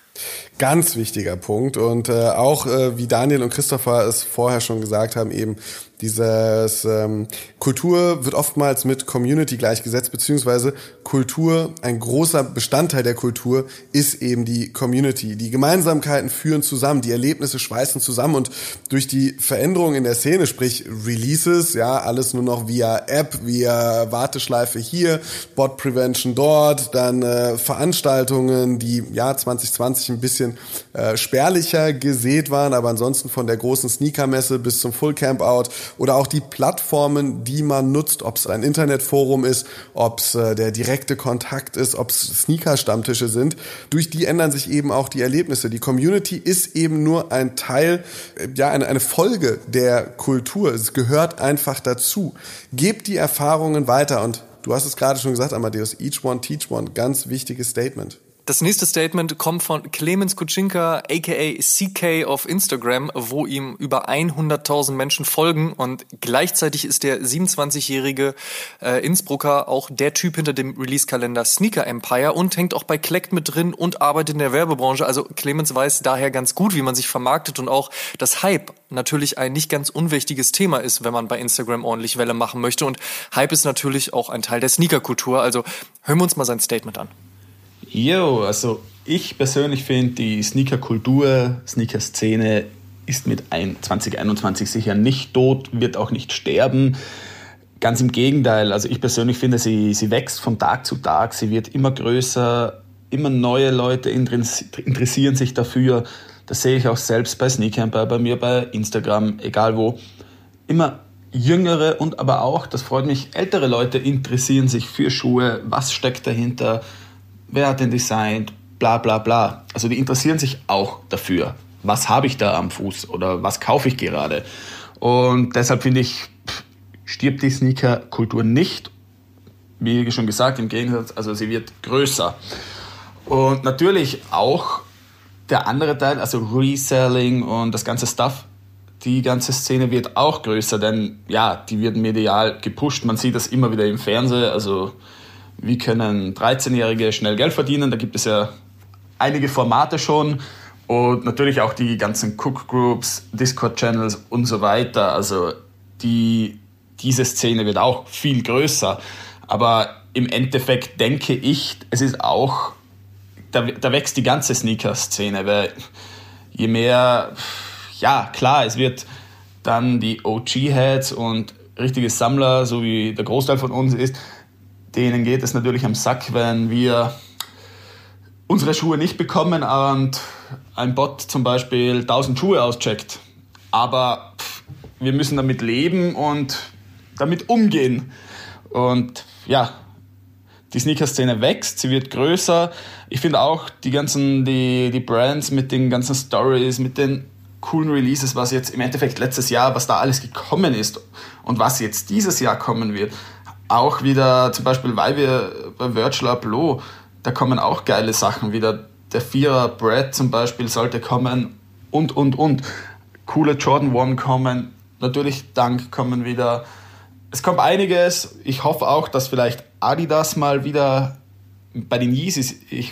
Ganz wichtiger Punkt und auch wie Daniel und Christopher es vorher schon gesagt haben, eben dieses Kultur wird oftmals mit Community gleichgesetzt, beziehungsweise Kultur, ein großer Bestandteil der Kultur ist eben die Community. Die Gemeinsamkeiten führen zusammen, die Erlebnisse schweißen zusammen und durch die Veränderung in der Szene, sprich Releases, ja, alles nur noch via App, via Warteschleife hier, Bot Prevention dort, dann Veranstaltungen, die ja 2020 ein bisschen spärlicher gesät waren, aber ansonsten von der großen Sneakermesse bis zum Full Campout oder auch die Plattformen, die man nutzt, ob es ein Internetforum ist, ob es der direkte Kontakt ist, ob es Sneaker-Stammtische sind. Durch die ändern sich eben auch die Erlebnisse. Die Community ist eben nur ein Teil, ja, eine Folge der Kultur. Es gehört einfach dazu. Gebt die Erfahrungen weiter und du hast es gerade schon gesagt, Amadeus, each one teach one, ganz wichtiges Statement. Das nächste Statement kommt von Clemens Kutschinka, aka CK auf Instagram, wo ihm über 100.000 Menschen folgen und gleichzeitig ist der 27-jährige Innsbrucker auch der Typ hinter dem Release-Kalender Sneaker Empire und hängt auch bei Klekt mit drin und arbeitet in der Werbebranche. Also Clemens weiß daher ganz gut, wie man sich vermarktet und auch, dass Hype natürlich ein nicht ganz unwichtiges Thema ist, wenn man bei Instagram ordentlich Welle machen möchte und Hype ist natürlich auch ein Teil der Sneaker-Kultur. Also hören wir uns mal sein Statement an. Jo, also ich persönlich finde, die Sneaker-Kultur, Sneaker-Szene ist mit 2021 sicher nicht tot, wird auch nicht sterben. Ganz im Gegenteil, also ich persönlich finde, sie wächst von Tag zu Tag, sie wird immer größer, immer neue Leute interessieren sich dafür. Das sehe ich auch selbst bei Sneaker Empire, bei mir bei Instagram, egal wo. Immer jüngere und aber auch, das freut mich, ältere Leute interessieren sich für Schuhe, was steckt dahinter, wer hat den designt, bla bla bla. Also die interessieren sich auch dafür. Was habe ich da am Fuß oder was kaufe ich gerade? Und deshalb finde ich, stirbt die Sneaker-Kultur nicht. Wie schon gesagt, im Gegensatz, also sie wird größer. Und natürlich auch der andere Teil, also Reselling und das ganze Stuff, die ganze Szene wird auch größer, denn ja, die wird medial gepusht. Man sieht das immer wieder im Fernsehen. Also wie können 13-Jährige schnell Geld verdienen? Da gibt es ja einige Formate schon und natürlich auch die ganzen Cook-Groups, Discord-Channels und so weiter. Also diese Szene wird auch viel größer. Aber im Endeffekt denke ich, es ist auch, da wächst die ganze Sneaker-Szene, weil je mehr... Ja, klar, es wird dann die OG-Heads und richtige Sammler, so wie der Großteil von uns ist, denen geht es natürlich am Sack, wenn wir unsere Schuhe nicht bekommen und ein Bot zum Beispiel 1000 Schuhe auscheckt. Aber wir müssen damit leben und damit umgehen. Und ja, die Sneaker-Szene wächst, sie wird größer. Ich finde auch die Brands mit den ganzen Stories, mit den coolen Releases, was jetzt im Endeffekt letztes Jahr, was da alles gekommen ist und was jetzt dieses Jahr kommen wird. Auch wieder zum Beispiel, weil wir bei Virtual Abloh, da kommen auch geile Sachen wieder. Der 4er Brad zum Beispiel sollte kommen und. Coole Jordan 1 kommen, natürlich Dunk kommen wieder. Es kommt einiges. Ich hoffe auch, dass vielleicht Adidas mal wieder bei den Yeezys,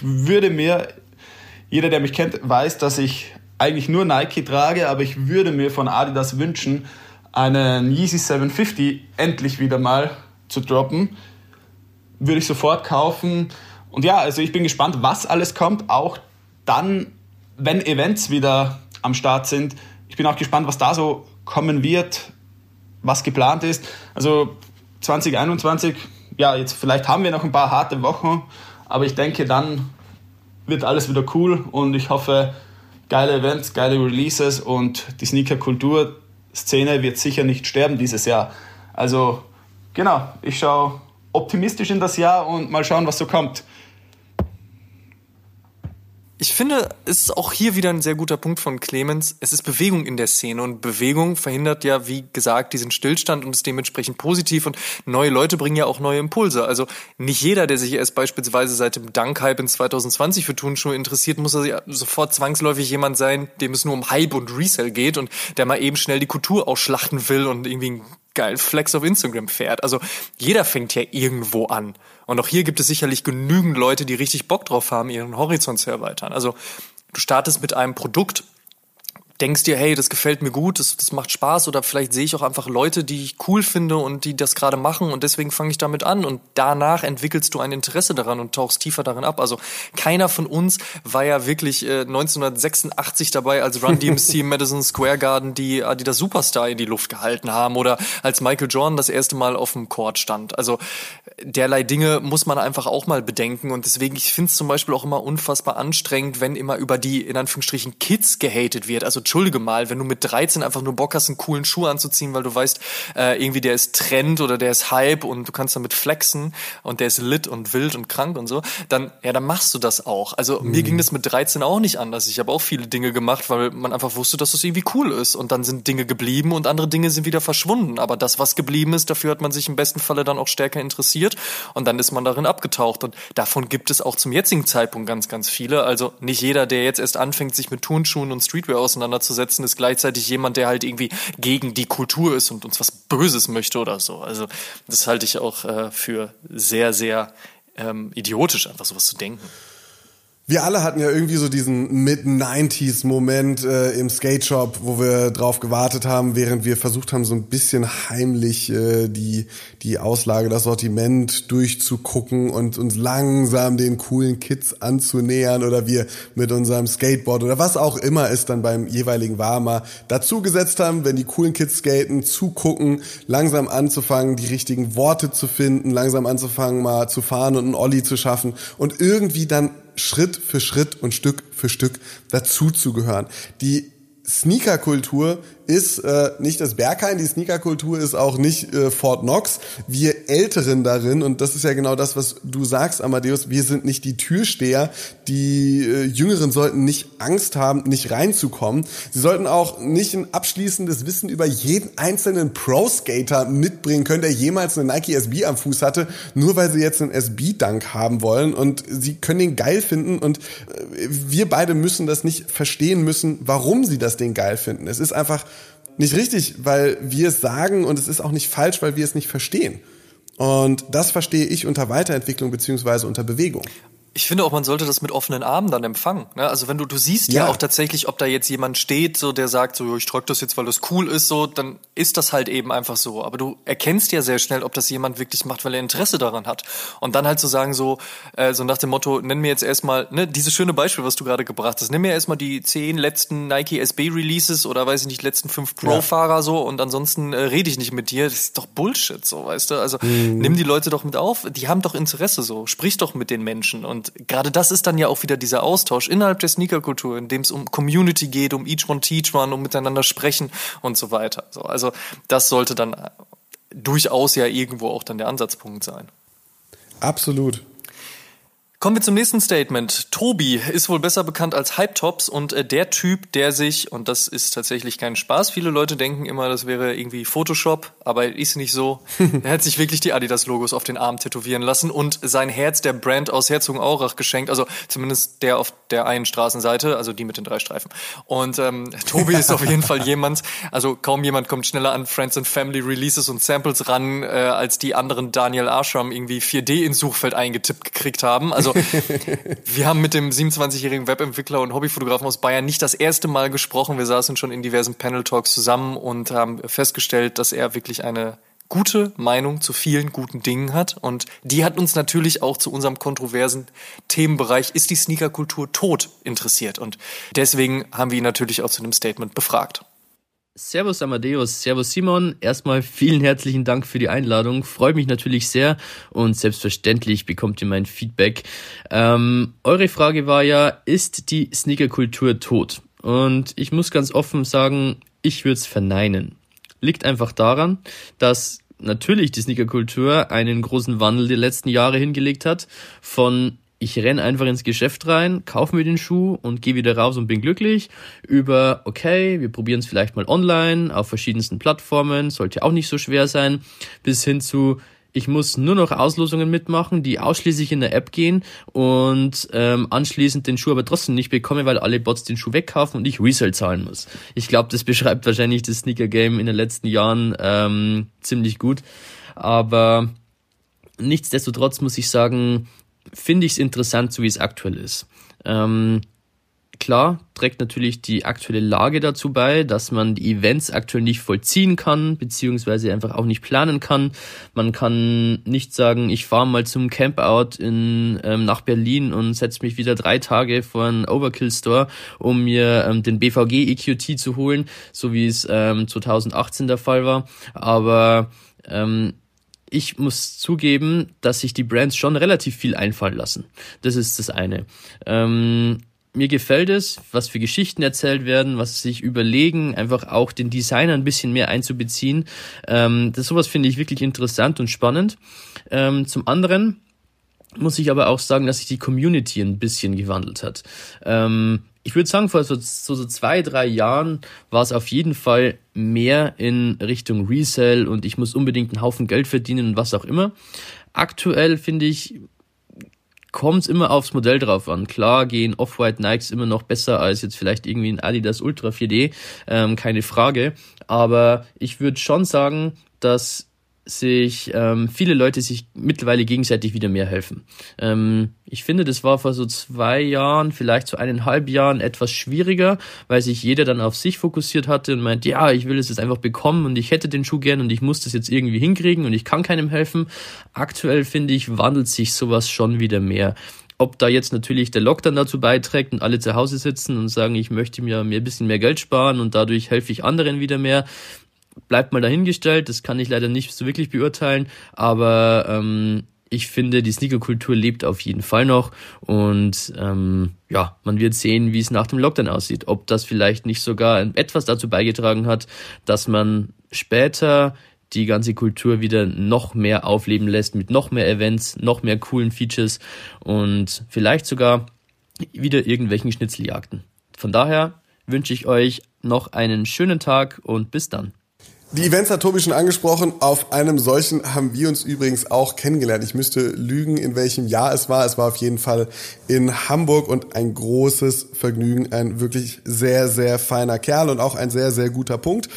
jeder, der mich kennt, weiß, dass ich eigentlich nur Nike trage, aber ich würde mir von Adidas wünschen, einen Yeezy 750 endlich wieder mal zu droppen. Würde ich sofort kaufen. Und ja, also ich bin gespannt, was alles kommt, auch dann, wenn Events wieder am Start sind. Ich bin auch gespannt, was da so kommen wird, was geplant ist. Also 2021, ja, jetzt vielleicht haben wir noch ein paar harte Wochen, aber ich denke, dann wird alles wieder cool und ich hoffe, geile Events, geile Releases und die Sneaker-Kultur-Szene wird sicher nicht sterben dieses Jahr. Also genau, ich schaue optimistisch in das Jahr und mal schauen, was so kommt. Ich finde, es ist auch hier wieder ein sehr guter Punkt von Clemens. Es ist Bewegung in der Szene und Bewegung verhindert ja, wie gesagt, diesen Stillstand und ist dementsprechend positiv und neue Leute bringen ja auch neue Impulse. Also nicht jeder, der sich erst beispielsweise seit dem Dunk-Hype in 2020 für Turnschuhe interessiert, muss also sofort zwangsläufig jemand sein, dem es nur um Hype und Resell geht und der mal eben schnell die Kultur ausschlachten will und irgendwie einen geilen Flex auf Instagram fährt. Also jeder fängt ja irgendwo an. Und auch hier gibt es sicherlich genügend Leute, die richtig Bock drauf haben, ihren Horizont zu erweitern. Also du startest mit einem Produkt, denkst dir, hey, das gefällt mir gut, das macht Spaß oder vielleicht sehe ich auch einfach Leute, die ich cool finde und die das gerade machen und deswegen fange ich damit an und danach entwickelst du ein Interesse daran und tauchst tiefer darin ab. Also keiner von uns war ja wirklich 1986 dabei, als Run DMC im Madison Square Garden die Adidas Superstar in die Luft gehalten haben oder als Michael Jordan das erste Mal auf dem Court stand. Also derlei Dinge muss man einfach auch mal bedenken und deswegen, ich finde es zum Beispiel auch immer unfassbar anstrengend, wenn immer über die, in Anführungsstrichen, Kids gehatet wird. Also entschuldige mal, wenn du mit 13 einfach nur Bock hast, einen coolen Schuh anzuziehen, weil du weißt, irgendwie der ist Trend oder der ist Hype und du kannst damit flexen und der ist lit und wild und krank und so, dann machst du das auch. Also mir ging das mit 13 auch nicht anders. Ich habe auch viele Dinge gemacht, weil man einfach wusste, dass das irgendwie cool ist und dann sind Dinge geblieben und andere Dinge sind wieder verschwunden. Aber das, was geblieben ist, dafür hat man sich im besten Falle dann auch stärker interessiert und dann ist man darin abgetaucht und davon gibt es auch zum jetzigen Zeitpunkt ganz, ganz viele. Also nicht jeder, der jetzt erst anfängt, sich mit Turnschuhen und Streetwear auseinanderzusetzen, ist gleichzeitig jemand, der halt irgendwie gegen die Kultur ist und uns was Böses möchte oder so. Also das halte ich auch für sehr, sehr idiotisch, einfach sowas zu denken. Wir alle hatten ja irgendwie so diesen Mid-90s-Moment im Skate-Shop, wo wir drauf gewartet haben, während wir versucht haben, so ein bisschen heimlich die Auslage, das Sortiment durchzugucken und uns langsam den coolen Kids anzunähern oder wir mit unserem Skateboard oder was auch immer es dann beim jeweiligen war, mal dazugesetzt haben, wenn die coolen Kids skaten, zugucken, langsam anzufangen, die richtigen Worte zu finden, langsam anzufangen, mal zu fahren und einen Ollie zu schaffen und irgendwie dann Schritt für Schritt und Stück für Stück dazu zu gehören. Die Sneaker-Kultur ist nicht das Berghain, die Sneakerkultur ist auch nicht Fort Knox. Wir Älteren darin, und das ist ja genau das, was du sagst, Amadeus, wir sind nicht die Türsteher. Die Jüngeren sollten nicht Angst haben, nicht reinzukommen. Sie sollten auch nicht ein abschließendes Wissen über jeden einzelnen Pro-Skater mitbringen können, der jemals eine Nike SB am Fuß hatte, nur weil sie jetzt einen SB-Dunk haben wollen, und sie können den geil finden, und wir beide müssen das nicht verstehen müssen, warum sie das Ding geil finden. Es ist einfach nicht richtig, weil wir es sagen, und es ist auch nicht falsch, weil wir es nicht verstehen. Und das verstehe ich unter Weiterentwicklung beziehungsweise unter Bewegung. Ich finde auch, man sollte das mit offenen Armen dann empfangen. Ne? Also wenn du siehst ja auch tatsächlich, ob da jetzt jemand steht, so der sagt, so ich trage das jetzt, weil das cool ist, so, dann ist das halt eben einfach so. Aber du erkennst ja sehr schnell, ob das jemand wirklich macht, weil er Interesse daran hat. Und dann halt zu sagen, so nach dem Motto, nenn mir jetzt erstmal, ne, dieses schöne Beispiel, was du gerade gebracht hast, nimm mir erstmal die 10 letzten Nike SB Releases oder weiß ich nicht, letzten 5 Pro-Fahrer so, und ansonsten rede ich nicht mit dir. Das ist doch Bullshit, so, weißt du. Also nimm die Leute doch mit auf, die haben doch Interesse, so, sprich doch mit den Menschen. Und gerade das ist dann ja auch wieder dieser Austausch innerhalb der Sneakerkultur, in dem es um Community geht, um Each One Teach One, um miteinander sprechen und so weiter. So, also das sollte dann durchaus ja irgendwo auch dann der Ansatzpunkt sein. Absolut. Kommen wir zum nächsten Statement. Tobi ist wohl besser bekannt als Hype-Tops und der Typ, der sich, und das ist tatsächlich kein Spaß, viele Leute denken immer, das wäre irgendwie Photoshop, aber ist nicht so. Er hat sich wirklich die Adidas-Logos auf den Arm tätowieren lassen und sein Herz der Brand aus Herzogenaurach geschenkt, also zumindest der auf der einen Straßenseite, also die mit den 3 Streifen. Und Tobi ist auf jeden Fall jemand, also kaum jemand kommt schneller an Friends and Family Releases und Samples ran, als die anderen Daniel Ashram irgendwie 4D ins Suchfeld eingetippt gekriegt haben. Also wir haben mit dem 27-jährigen Webentwickler und Hobbyfotografen aus Bayern nicht das erste Mal gesprochen. Wir saßen schon in diversen Panel-Talks zusammen und haben festgestellt, dass er wirklich eine gute Meinung zu vielen guten Dingen hat. Und die hat uns natürlich auch zu unserem kontroversen Themenbereich, ist die Sneakerkultur tot, interessiert. Und deswegen haben wir ihn natürlich auch zu dem Statement befragt. Servus Amadeus, servus Simon. Erstmal vielen herzlichen Dank für die Einladung. Freue mich natürlich sehr und selbstverständlich bekommt ihr mein Feedback. Eure Frage war ja, ist die Sneakerkultur tot? Und ich muss ganz offen sagen, ich würde es verneinen. Liegt einfach daran, dass natürlich die Sneakerkultur einen großen Wandel die letzten Jahre hingelegt hat, von ich renn einfach ins Geschäft rein, kaufe mir den Schuh und gehe wieder raus und bin glücklich, über, okay, wir probieren es vielleicht mal online, auf verschiedensten Plattformen, sollte auch nicht so schwer sein, bis hin zu, ich muss nur noch Auslosungen mitmachen, die ausschließlich in der App gehen und anschließend den Schuh aber trotzdem nicht bekomme, weil alle Bots den Schuh wegkaufen und ich Resale zahlen muss. Ich glaube, das beschreibt wahrscheinlich das Sneaker-Game in den letzten Jahren ziemlich gut, aber nichtsdestotrotz muss ich sagen, finde ich es interessant, so wie es aktuell ist. Klar, trägt natürlich die aktuelle Lage dazu bei, dass man die Events aktuell nicht vollziehen kann, beziehungsweise einfach auch nicht planen kann. Man kann nicht sagen, ich fahre mal zum Campout nach Berlin und setze mich wieder 3 Tage vor einen Overkill-Store, um mir den BVG EQT zu holen, so wie es 2018 der Fall war. Aber ich muss zugeben, dass sich die Brands schon relativ viel einfallen lassen. Das ist das eine. Mir gefällt es, was für Geschichten erzählt werden, was sie sich überlegen, einfach auch den Designer ein bisschen mehr einzubeziehen. Sowas finde ich wirklich interessant und spannend. Zum anderen muss ich aber auch sagen, dass sich die Community ein bisschen gewandelt hat. Ich würde sagen, vor so 2-3 Jahren war es auf jeden Fall mehr in Richtung Resale und ich muss unbedingt einen Haufen Geld verdienen und was auch immer. Aktuell, finde ich, kommt es immer aufs Modell drauf an. Klar gehen Off-White Nikes immer noch besser als jetzt vielleicht irgendwie ein Adidas Ultra 4D, keine Frage. Aber ich würde schon sagen, dass viele Leute sich mittlerweile gegenseitig wieder mehr helfen. Ich finde, das war vor so 2 Jahren, vielleicht so 1,5 Jahren etwas schwieriger, weil sich jeder dann auf sich fokussiert hatte und meint, ja, ich will es jetzt einfach bekommen und ich hätte den Schuh gern und ich muss das jetzt irgendwie hinkriegen und ich kann keinem helfen. Aktuell, finde ich, wandelt sich sowas schon wieder mehr. Ob da jetzt natürlich der Lockdown dazu beiträgt und alle zu Hause sitzen und sagen, ich möchte mir ein bisschen mehr Geld sparen und dadurch helfe ich anderen wieder mehr, bleibt mal dahingestellt, das kann ich leider nicht so wirklich beurteilen, aber ich finde, die Sneakerkultur lebt auf jeden Fall noch und man wird sehen, wie es nach dem Lockdown aussieht. Ob das vielleicht nicht sogar etwas dazu beigetragen hat, dass man später die ganze Kultur wieder noch mehr aufleben lässt mit noch mehr Events, noch mehr coolen Features und vielleicht sogar wieder irgendwelchen Schnitzeljagden. Von daher wünsche ich euch noch einen schönen Tag und bis dann. Die Events hat Tobi schon angesprochen. Auf einem solchen haben wir uns übrigens auch kennengelernt. Ich müsste lügen, in welchem Jahr es war. Es war auf jeden Fall in Hamburg und ein großes Vergnügen. Ein wirklich sehr, sehr feiner Kerl und auch ein sehr, sehr guter Punkt.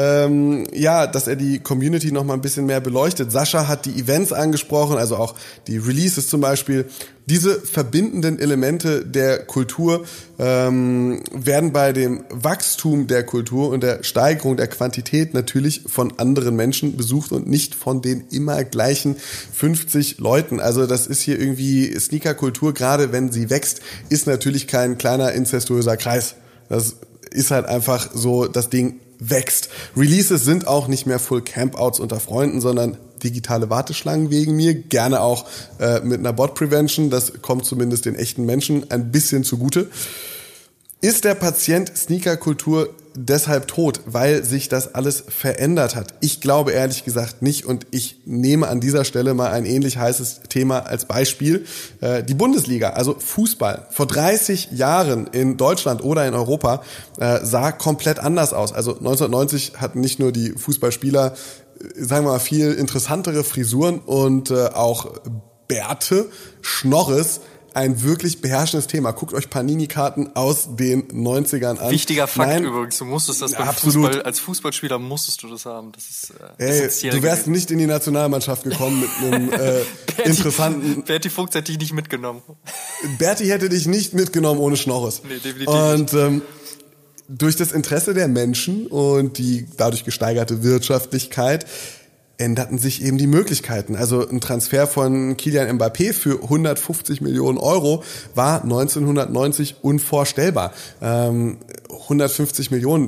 Dass er die Community noch mal ein bisschen mehr beleuchtet. Sascha hat die Events angesprochen, also auch die Releases zum Beispiel. Diese verbindenden Elemente der Kultur werden bei dem Wachstum der Kultur und der Steigerung der Quantität natürlich von anderen Menschen besucht und nicht von den immer gleichen 50 Leuten. Also das ist hier irgendwie Sneakerkultur, gerade wenn sie wächst, ist natürlich kein kleiner inzestuöser Kreis. Das ist halt einfach so, das Ding wächst. Releases sind auch nicht mehr Full Campouts unter Freunden, sondern digitale Warteschlangen wegen mir, gerne auch mit einer Bot Prevention, das kommt zumindest den echten Menschen ein bisschen zugute. Ist der Patient Sneakerkultur deshalb tot, weil sich das alles verändert hat? Ich glaube ehrlich gesagt nicht und ich nehme an dieser Stelle mal ein ähnlich heißes Thema als Beispiel. Die Bundesliga, also Fußball, vor 30 Jahren in Deutschland oder in Europa sah komplett anders aus. Also 1990 hatten nicht nur die Fußballspieler, sagen wir mal, viel interessantere Frisuren und auch Bärte, Schnorres, ein wirklich beherrschendes Thema. Guckt euch Panini-Karten aus den 90ern an. Wichtiger Fakt übrigens, du musstest das beim Fußball, als Fußballspieler musstest du das haben. Das ist du wärst nicht in die Nationalmannschaft gekommen mit einem interessanten... Berti Fuchs hätte dich nicht mitgenommen. Berti hätte dich nicht mitgenommen ohne Schnorres. Nee, definitiv nicht. Durch das Interesse der Menschen und die dadurch gesteigerte Wirtschaftlichkeit änderten sich eben die Möglichkeiten. Also ein Transfer von Kylian Mbappé für 150 Millionen Euro war 1990 unvorstellbar. 150 Millionen,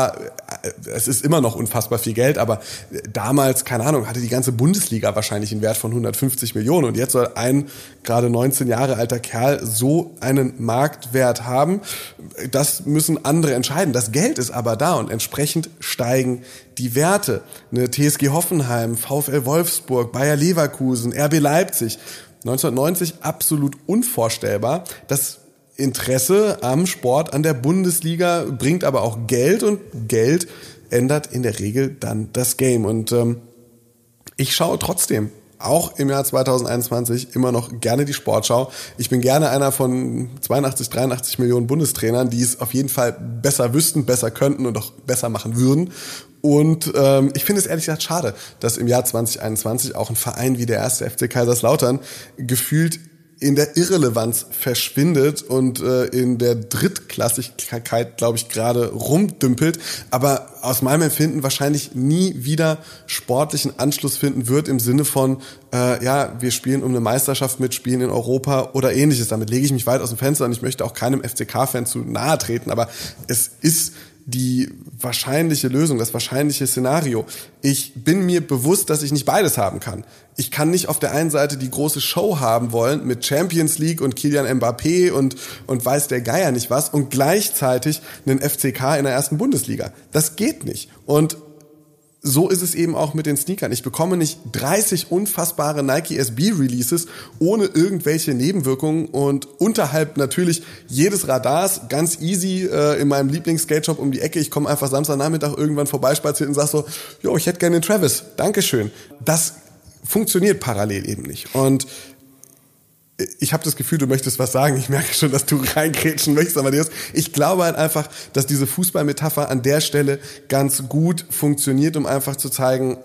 es ist immer noch unfassbar viel Geld, aber damals, keine Ahnung, hatte die ganze Bundesliga wahrscheinlich einen Wert von 150 Millionen und jetzt soll ein gerade 19 Jahre alter Kerl so einen Marktwert haben. Das müssen andere entscheiden. Das Geld ist aber da und entsprechend steigen die Werte. Eine TSG Hoffenheim, VfL Wolfsburg, Bayer Leverkusen, RB Leipzig. 1990 absolut unvorstellbar. Das Interesse am Sport, an der Bundesliga bringt aber auch Geld und Geld ändert in der Regel dann das Game. Und ich schaue trotzdem auch im Jahr 2021 immer noch gerne die Sportschau. Ich bin gerne einer von 82, 83 Millionen Bundestrainern, die es auf jeden Fall besser wüssten, besser könnten und auch besser machen würden. Und ich finde es ehrlich gesagt schade, dass im Jahr 2021 auch ein Verein wie der 1. FC Kaiserslautern gefühlt in der Irrelevanz verschwindet und in der Drittklassigkeit, glaube ich, gerade rumdümpelt, aber aus meinem Empfinden wahrscheinlich nie wieder sportlichen Anschluss finden wird im Sinne von, wir spielen um eine Meisterschaft mit, spielen in Europa oder ähnliches. Damit lege ich mich weit aus dem Fenster und ich möchte auch keinem FCK-Fan zu nahe treten, aber es ist die wahrscheinliche Lösung, das wahrscheinliche Szenario. Ich bin mir bewusst, dass ich nicht beides haben kann. Ich kann nicht auf der einen Seite die große Show haben wollen mit Champions League und Kylian Mbappé und weiß der Geier nicht was und gleichzeitig einen FCK in der ersten Bundesliga. Das geht nicht. Und so ist es eben auch mit den Sneakern. Ich bekomme nicht 30 unfassbare Nike SB Releases ohne irgendwelche Nebenwirkungen und unterhalb natürlich jedes Radars, ganz easy in meinem Lieblings-Skate-Shop um die Ecke. Ich komme einfach Samstagnachmittag irgendwann vorbeispaziert und sag so, ich hätte gerne den Travis, Dankeschön. Das funktioniert parallel eben nicht. Und ich habe das Gefühl, du möchtest was sagen. Ich merke schon, dass du reingrätschen möchtest, Amadeus. Ich glaube halt einfach, dass diese Fußballmetapher an der Stelle ganz gut funktioniert, um einfach zu zeigen,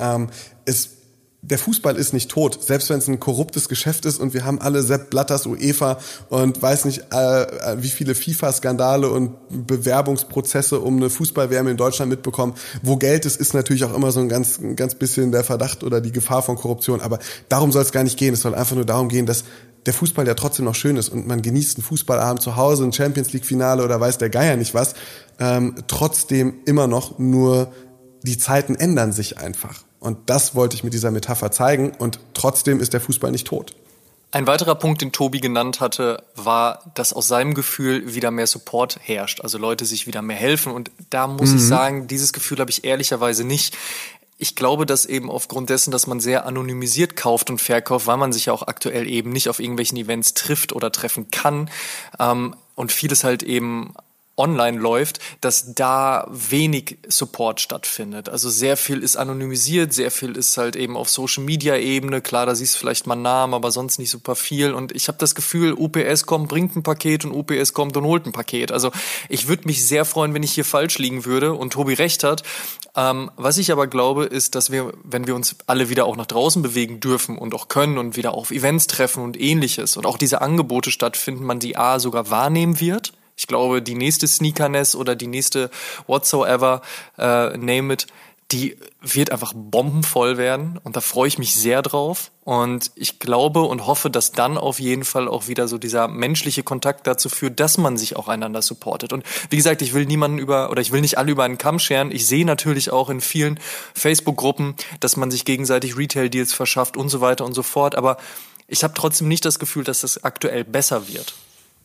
der Fußball ist nicht tot, selbst wenn es ein korruptes Geschäft ist und wir haben alle Sepp Blatters UEFA und weiß nicht, wie viele FIFA-Skandale und Bewerbungsprozesse um eine Fußball-WM in Deutschland mitbekommen. Wo Geld ist natürlich auch immer so ein ganz bisschen der Verdacht oder die Gefahr von Korruption. Aber darum soll es gar nicht gehen. Es soll einfach nur darum gehen, dass der Fußball ja trotzdem noch schön ist und man genießt einen Fußballabend zu Hause, ein Champions-League-Finale oder weiß der Geier nicht was. Trotzdem immer noch nur die Zeiten ändern sich einfach. Und das wollte ich mit dieser Metapher zeigen. Und trotzdem ist der Fußball nicht tot. Ein weiterer Punkt, den Tobi genannt hatte, war, dass aus seinem Gefühl wieder mehr Support herrscht. Also Leute sich wieder mehr helfen. Und da muss ich sagen, dieses Gefühl habe ich ehrlicherweise nicht. Ich glaube, dass eben aufgrund dessen, dass man sehr anonymisiert kauft und verkauft, weil man sich ja auch aktuell eben nicht auf irgendwelchen Events trifft oder treffen kann, und vieles halt eben online läuft, dass da wenig Support stattfindet. Also sehr viel ist anonymisiert, sehr viel ist halt eben auf Social-Media-Ebene. Klar, da siehst du vielleicht mal Namen, aber sonst nicht super viel. Und ich habe das Gefühl, UPS kommt, bringt ein Paket und UPS kommt und holt ein Paket. Also ich würde mich sehr freuen, wenn ich hier falsch liegen würde und Tobi recht hat. Was ich aber glaube, ist, dass wir, wenn wir uns alle wieder auch nach draußen bewegen dürfen und auch können und wieder auf Events treffen und ähnliches und auch diese Angebote stattfinden, man die sogar wahrnehmen wird. Ich glaube, die nächste Sneakerness oder die nächste whatsoever, name it, die wird einfach bombenvoll werden und da freue ich mich sehr drauf und ich glaube und hoffe, dass dann auf jeden Fall auch wieder so dieser menschliche Kontakt dazu führt, dass man sich auch einander supportet. Und wie gesagt, ich will nicht alle über einen Kamm scheren. Ich sehe natürlich auch in vielen Facebook-Gruppen, dass man sich gegenseitig Retail-Deals verschafft und so weiter und so fort, aber ich habe trotzdem nicht das Gefühl, dass das aktuell besser wird.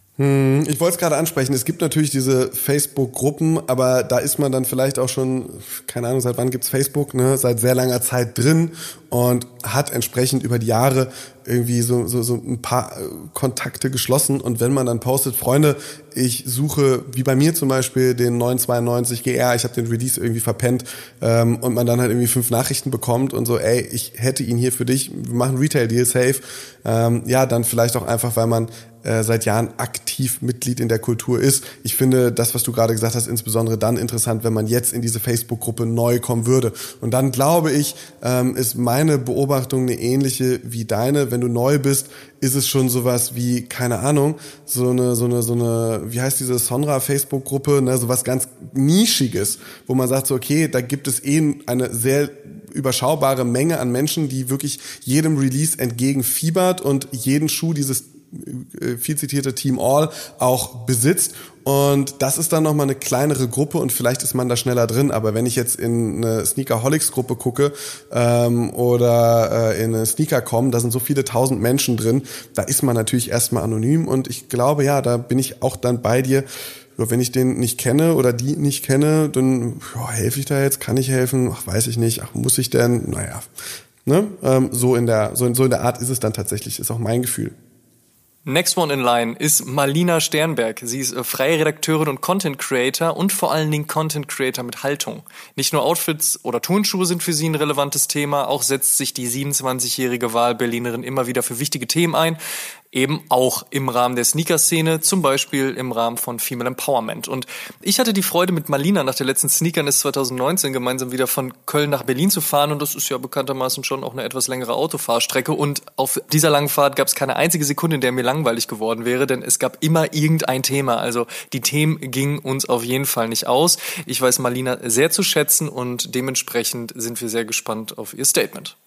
Ich wollte es gerade ansprechen, es gibt natürlich diese Facebook-Gruppen, aber da ist man dann vielleicht auch schon, keine Ahnung, seit wann gibt's Facebook, ne? Seit sehr langer Zeit drin und hat entsprechend über die Jahre irgendwie so ein paar Kontakte geschlossen. Und wenn man dann postet, Freunde, ich suche, wie bei mir zum Beispiel, den 992 GR, ich habe den Release irgendwie verpennt, und man dann halt irgendwie 5 Nachrichten bekommt und so, ey, ich hätte ihn hier für dich, wir machen Retail-Deal safe. Ja, dann vielleicht auch einfach, weil man seit Jahren aktiv Mitglied in der Kultur ist. Ich finde das, was du gerade gesagt hast, insbesondere dann interessant, wenn man jetzt in diese Facebook-Gruppe neu kommen würde. Und dann glaube ich, ist meine Beobachtung eine ähnliche wie deine. Wenn du neu bist, ist es schon sowas wie, keine Ahnung, so eine, wie heißt diese Sonra-Facebook-Gruppe, ne, sowas ganz Nischiges, wo man sagt so, okay, da gibt es eine sehr überschaubare Menge an Menschen, die wirklich jedem Release entgegenfiebert und jeden Schuh dieses viel zitierte Team All auch besitzt. Und das ist dann nochmal eine kleinere Gruppe und vielleicht ist man da schneller drin. Aber wenn ich jetzt in eine Sneakerholics-Gruppe gucke oder in eine Sneaker.com, da sind so viele 1000 Menschen drin, da ist man natürlich erstmal anonym. Und ich glaube, ja, da bin ich auch dann bei dir. Wenn ich den nicht kenne oder die nicht kenne, dann helfe ich da jetzt, kann ich helfen? Ach, weiß ich nicht. Ach, muss ich denn? Naja, ne? So in der Art ist es dann tatsächlich, ist auch mein Gefühl. Next one in line ist Malina Sternberg. Sie ist freie Redakteurin und Content Creator und vor allen Dingen Content Creator mit Haltung. Nicht nur Outfits oder Turnschuhe sind für sie ein relevantes Thema, auch setzt sich die 27-jährige Wahlberlinerin immer wieder für wichtige Themen ein. Eben auch im Rahmen der Sneaker-Szene, zum Beispiel im Rahmen von Female Empowerment. Und ich hatte die Freude, mit Malina nach der letzten Sneakerness 2019 gemeinsam wieder von Köln nach Berlin zu fahren. Und das ist ja bekanntermaßen schon auch eine etwas längere Autofahrstrecke. Und auf dieser langen Fahrt gab es keine einzige Sekunde, in der mir langweilig geworden wäre, denn es gab immer irgendein Thema. Also die Themen gingen uns auf jeden Fall nicht aus. Ich weiß Malina sehr zu schätzen und dementsprechend sind wir sehr gespannt auf ihr Statement.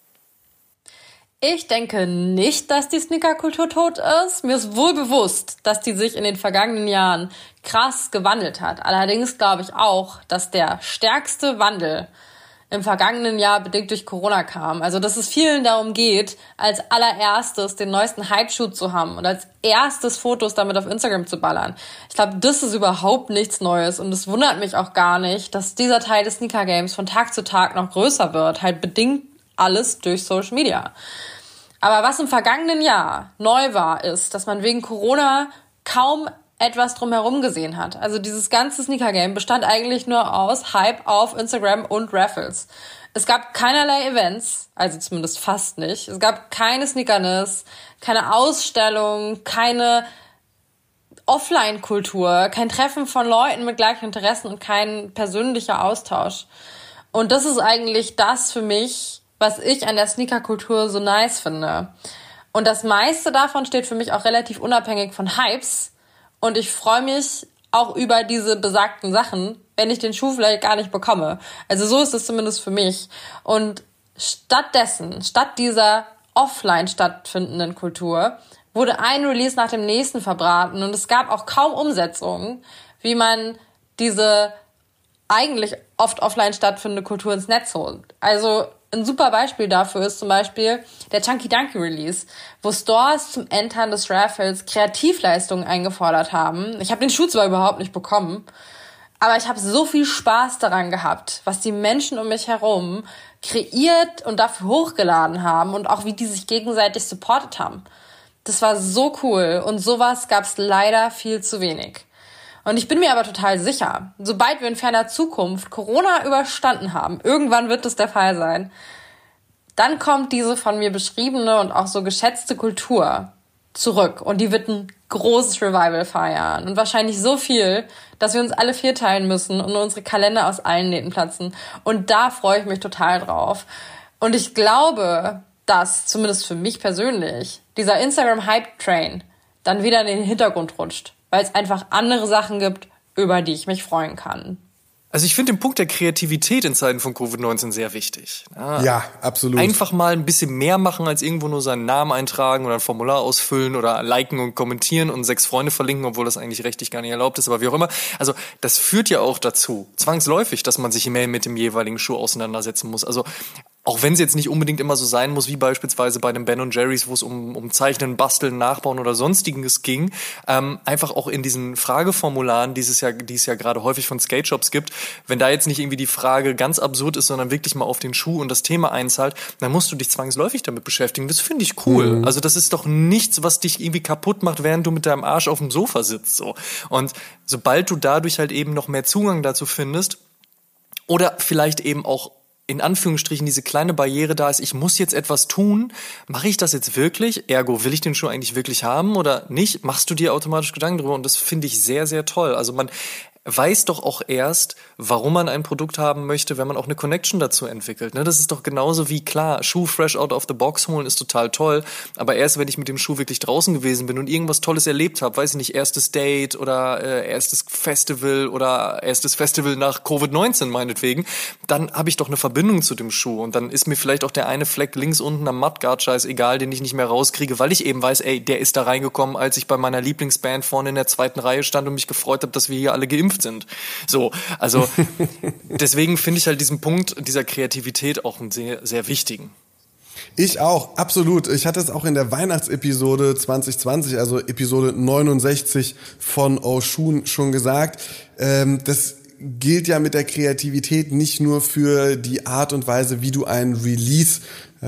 Ich denke nicht, dass die Sneakerkultur tot ist. Mir ist wohl bewusst, dass die sich in den vergangenen Jahren krass gewandelt hat. Allerdings glaube ich auch, dass der stärkste Wandel im vergangenen Jahr bedingt durch Corona kam. Also dass es vielen darum geht, als allererstes den neuesten Hype-Schuh zu haben und als erstes Fotos damit auf Instagram zu ballern. Ich glaube, das ist überhaupt nichts Neues und es wundert mich auch gar nicht, dass dieser Teil des Sneaker-Games von Tag zu Tag noch größer wird, halt bedingt alles durch Social Media. Aber was im vergangenen Jahr neu war, ist, dass man wegen Corona kaum etwas drumherum gesehen hat. Also dieses ganze Sneaker-Game bestand eigentlich nur aus Hype auf Instagram und Raffles. Es gab keinerlei Events, also zumindest fast nicht. Es gab keine Sneakerness, keine Ausstellung, keine Offline-Kultur, kein Treffen von Leuten mit gleichen Interessen und kein persönlicher Austausch. Und das ist eigentlich das für mich, was ich an der Sneaker-Kultur so nice finde. Und das meiste davon steht für mich auch relativ unabhängig von Hypes. Und ich freue mich auch über diese besagten Sachen, wenn ich den Schuh vielleicht gar nicht bekomme. Also so ist es zumindest für mich. Und statt dieser offline stattfindenden Kultur, wurde ein Release nach dem nächsten verbraten. Und es gab auch kaum Umsetzungen, wie man diese eigentlich oft offline stattfindende Kultur ins Netz holt. Also ein super Beispiel dafür ist zum Beispiel der Chunky Dunky Release, wo Stores zum Entern des Raffles Kreativleistungen eingefordert haben. Ich habe den Schuh zwar überhaupt nicht bekommen, aber ich habe so viel Spaß daran gehabt, was die Menschen um mich herum kreiert und dafür hochgeladen haben und auch wie die sich gegenseitig supportet haben. Das war so cool und sowas gab's leider viel zu wenig. Und ich bin mir aber total sicher, sobald wir in ferner Zukunft Corona überstanden haben, irgendwann wird das der Fall sein, dann kommt diese von mir beschriebene und auch so geschätzte Kultur zurück und die wird ein großes Revival feiern und wahrscheinlich so viel, dass wir uns alle vierteilen müssen und unsere Kalender aus allen Nähten platzen. Und da freue ich mich total drauf. Und ich glaube, dass, zumindest für mich persönlich, dieser Instagram-Hype-Train dann wieder in den Hintergrund rutscht, weil es einfach andere Sachen gibt, über die ich mich freuen kann. Also ich finde den Punkt der Kreativität in Zeiten von Covid-19 sehr wichtig. Ja, absolut. Einfach mal ein bisschen mehr machen, als irgendwo nur seinen Namen eintragen oder ein Formular ausfüllen oder liken und kommentieren und 6 Freunde verlinken, obwohl das eigentlich rechtlich gar nicht erlaubt ist, aber wie auch immer. Also das führt ja auch dazu, zwangsläufig, dass man sich mehr mit dem jeweiligen Schuh auseinandersetzen muss. Also auch wenn es jetzt nicht unbedingt immer so sein muss, wie beispielsweise bei den Ben & Jerry's, wo es um Zeichnen, Basteln, Nachbauen oder Sonstiges ging, einfach auch in diesen Frageformularen, die es ja gerade häufig von Skate-Shops gibt, wenn da jetzt nicht irgendwie die Frage ganz absurd ist, sondern wirklich mal auf den Schuh und das Thema einzahlt, dann musst du dich zwangsläufig damit beschäftigen. Das finde ich cool. Mhm. Also das ist doch nichts, was dich irgendwie kaputt macht, während du mit deinem Arsch auf dem Sofa sitzt. So. Und sobald du dadurch halt eben noch mehr Zugang dazu findest oder vielleicht eben auch in Anführungsstrichen diese kleine Barriere da ist, ich muss jetzt etwas tun, mache ich das jetzt wirklich? Ergo, will ich den Schuh eigentlich wirklich haben oder nicht? Machst du dir automatisch Gedanken drüber und das finde ich sehr, sehr toll. Also man weiß doch auch erst, warum man ein Produkt haben möchte, wenn man auch eine Connection dazu entwickelt. Das ist doch genauso wie, klar, Schuh fresh out of the box holen ist total toll, aber erst, wenn ich mit dem Schuh wirklich draußen gewesen bin und irgendwas Tolles erlebt habe, weiß ich nicht, erstes Date oder erstes Festival oder erstes Festival nach Covid-19 meinetwegen, dann habe ich doch eine Verbindung zu dem Schuh und dann ist mir vielleicht auch der eine Fleck links unten am Mudguard scheißegal, den ich nicht mehr rauskriege, weil ich eben weiß, ey, der ist da reingekommen, als ich bei meiner Lieblingsband vorne in der 2. Reihe stand und mich gefreut habe, dass wir hier alle geimpft sind. So, also deswegen finde ich halt diesen Punkt dieser Kreativität auch einen sehr, sehr wichtigen. Ich auch, absolut. Ich hatte es auch in der Weihnachtsepisode 2020, also Episode 69 von Oshun schon gesagt. Das gilt ja mit der Kreativität nicht nur für die Art und Weise, wie du einen Release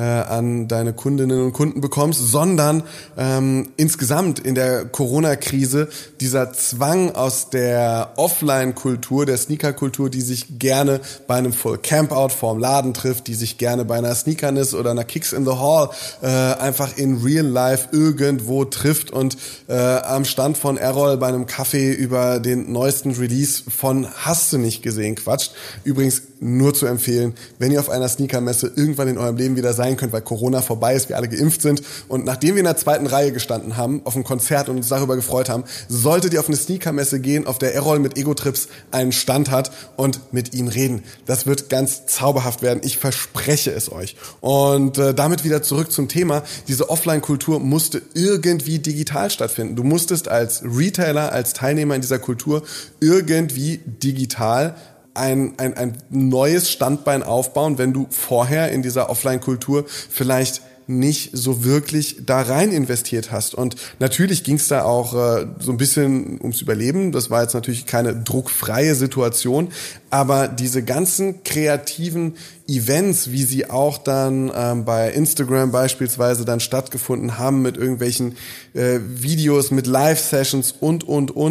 an deine Kundinnen und Kunden bekommst, sondern insgesamt in der Corona-Krise dieser Zwang aus der Offline-Kultur, der Sneaker-Kultur, die sich gerne bei einem Full-Campout vorm Laden trifft, die sich gerne bei einer Sneakerness oder einer Kicks in the Hall einfach in Real Life irgendwo trifft und am Stand von Errol bei einem Kaffee über den neuesten Release von Hast du nicht gesehen quatscht. Übrigens nur zu empfehlen, wenn ihr auf einer Sneakermesse irgendwann in eurem Leben wieder sein könnt, weil Corona vorbei ist, wir alle geimpft sind und nachdem wir in der 2. Reihe gestanden haben, auf einem Konzert und uns darüber gefreut haben, solltet ihr auf eine Sneakermesse gehen, auf der Errol mit Ego-Trips einen Stand hat und mit ihm reden. Das wird ganz zauberhaft werden, ich verspreche es euch. Und damit wieder zurück zum Thema, diese Offline-Kultur musste irgendwie digital stattfinden. Du musstest als Retailer, als Teilnehmer in dieser Kultur irgendwie digital ein neues Standbein aufbauen, wenn du vorher in dieser Offline-Kultur vielleicht nicht so wirklich da rein investiert hast. Und natürlich ging es da auch so ein bisschen ums Überleben. Das war jetzt natürlich keine druckfreie Situation, aber diese ganzen kreativen Events, wie sie auch dann bei Instagram beispielsweise dann stattgefunden haben mit irgendwelchen Videos, mit Live-Sessions und.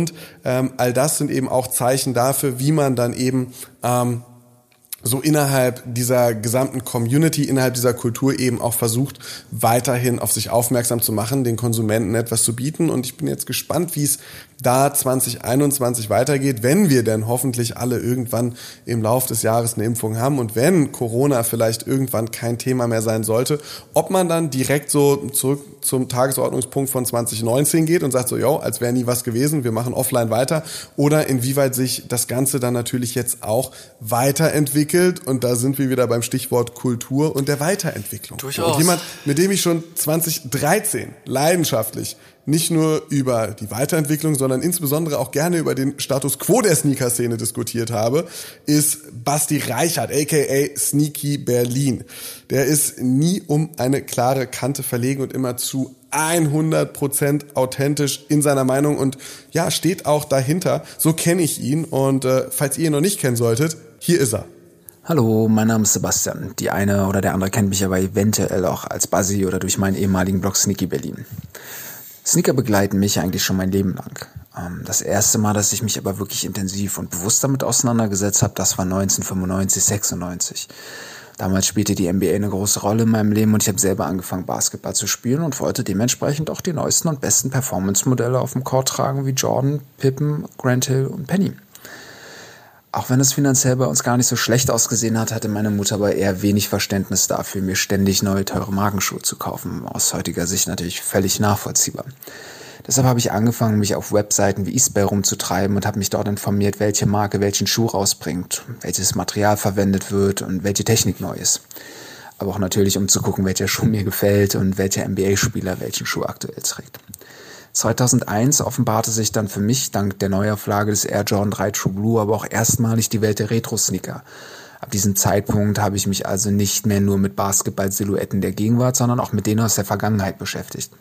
All das sind eben auch Zeichen dafür, wie man dann eben so innerhalb dieser gesamten Community, innerhalb dieser Kultur eben auch versucht, weiterhin auf sich aufmerksam zu machen, den Konsumenten etwas zu bieten. Und ich bin jetzt gespannt, wie es da 2021 weitergeht, wenn wir denn hoffentlich alle irgendwann im Laufe des Jahres eine Impfung haben und wenn Corona vielleicht irgendwann kein Thema mehr sein sollte, ob man dann direkt so zurück zum Tagesordnungspunkt von 2019 geht und sagt so, jo, als wäre nie was gewesen, wir machen offline weiter, oder inwieweit sich das Ganze dann natürlich jetzt auch weiterentwickelt, und da sind wir wieder beim Stichwort Kultur und der Weiterentwicklung. Durchaus. Und jemand, mit dem ich schon 2013 leidenschaftlich nicht nur über die Weiterentwicklung, sondern insbesondere auch gerne über den Status Quo der Sneaker-Szene diskutiert habe, ist Basti Reichert, aka Sneaky Berlin. Der ist nie um eine klare Kante verlegen und immer zu 100% authentisch in seiner Meinung und ja, steht auch dahinter. So kenne ich ihn und falls ihr ihn noch nicht kennen solltet, hier ist er. Hallo, mein Name ist Sebastian. Die eine oder der andere kennt mich aber eventuell auch als Buzzy oder durch meinen ehemaligen Blog Sneaky Berlin. Sneaker begleiten mich eigentlich schon mein Leben lang. Das erste Mal, dass ich mich aber wirklich intensiv und bewusst damit auseinandergesetzt habe, das war 1995, 96. Damals spielte die NBA eine große Rolle in meinem Leben und ich habe selber angefangen, Basketball zu spielen und wollte dementsprechend auch die neuesten und besten Performance-Modelle auf dem Court tragen wie Jordan, Pippen, Grant Hill und Penny. Auch wenn es finanziell bei uns gar nicht so schlecht ausgesehen hat, hatte meine Mutter aber eher wenig Verständnis dafür, mir ständig neue, teure Markenschuhe zu kaufen. Aus heutiger Sicht natürlich völlig nachvollziehbar. Deshalb habe ich angefangen, mich auf Webseiten wie eBay rumzutreiben und habe mich dort informiert, welche Marke welchen Schuh rausbringt, welches Material verwendet wird und welche Technik neu ist. Aber auch natürlich, um zu gucken, welcher Schuh mir gefällt und welcher NBA-Spieler welchen Schuh aktuell trägt. 2001 offenbarte sich dann für mich dank der Neuauflage des Air Jordan 3 True Blue aber auch erstmalig die Welt der Retro-Sneaker. Ab diesem Zeitpunkt habe ich mich also nicht mehr nur mit Basketball-Silhouetten der Gegenwart, sondern auch mit denen aus der Vergangenheit beschäftigt.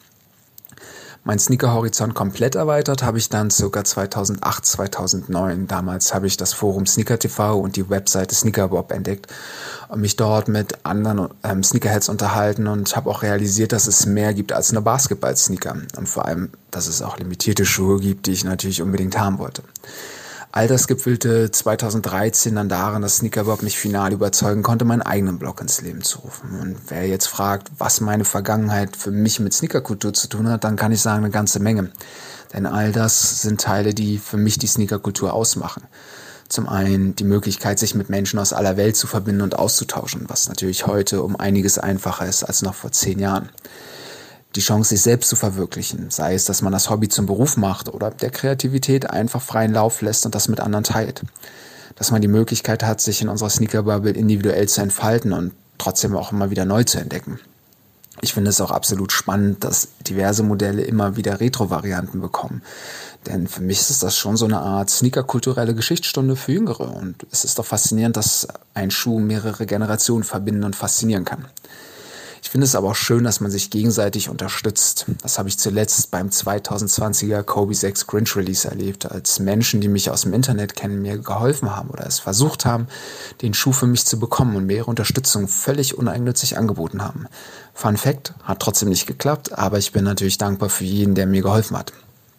Mein Sneaker-Horizont komplett erweitert habe ich dann ca. 2008, 2009. Damals habe ich das Forum Sneaker TV und die Webseite Sneakerbob entdeckt und mich dort mit anderen Sneakerheads unterhalten und habe auch realisiert, dass es mehr gibt als nur Basketball-Sneaker und vor allem, dass es auch limitierte Schuhe gibt, die ich natürlich unbedingt haben wollte. All das gipfelte 2013 dann darin, dass Sneakerbob mich final überzeugen konnte, meinen eigenen Blog ins Leben zu rufen. Und wer jetzt fragt, was meine Vergangenheit für mich mit Sneakerkultur zu tun hat, dann kann ich sagen, eine ganze Menge. Denn all das sind Teile, die für mich die Sneakerkultur ausmachen. Zum einen die Möglichkeit, sich mit Menschen aus aller Welt zu verbinden und auszutauschen, was natürlich heute um einiges einfacher ist als noch vor 10 Jahren. Die Chance, sich selbst zu verwirklichen, sei es, dass man das Hobby zum Beruf macht oder der Kreativität einfach freien Lauf lässt und das mit anderen teilt. Dass man die Möglichkeit hat, sich in unserer Sneakerbubble individuell zu entfalten und trotzdem auch immer wieder neu zu entdecken. Ich finde es auch absolut spannend, dass diverse Modelle immer wieder Retro-Varianten bekommen. Denn für mich ist das schon so eine Art sneakerkulturelle Geschichtsstunde für Jüngere. Und es ist doch faszinierend, dass ein Schuh mehrere Generationen verbinden und faszinieren kann. Ich finde es aber auch schön, dass man sich gegenseitig unterstützt. Das habe ich zuletzt beim 2020er Kobe 6 Grinch Release erlebt, als Menschen, die mich aus dem Internet kennen, mir geholfen haben oder es versucht haben, den Schuh für mich zu bekommen und mir ihre Unterstützung völlig uneigennützig angeboten haben. Fun Fact, hat trotzdem nicht geklappt, aber ich bin natürlich dankbar für jeden, der mir geholfen hat.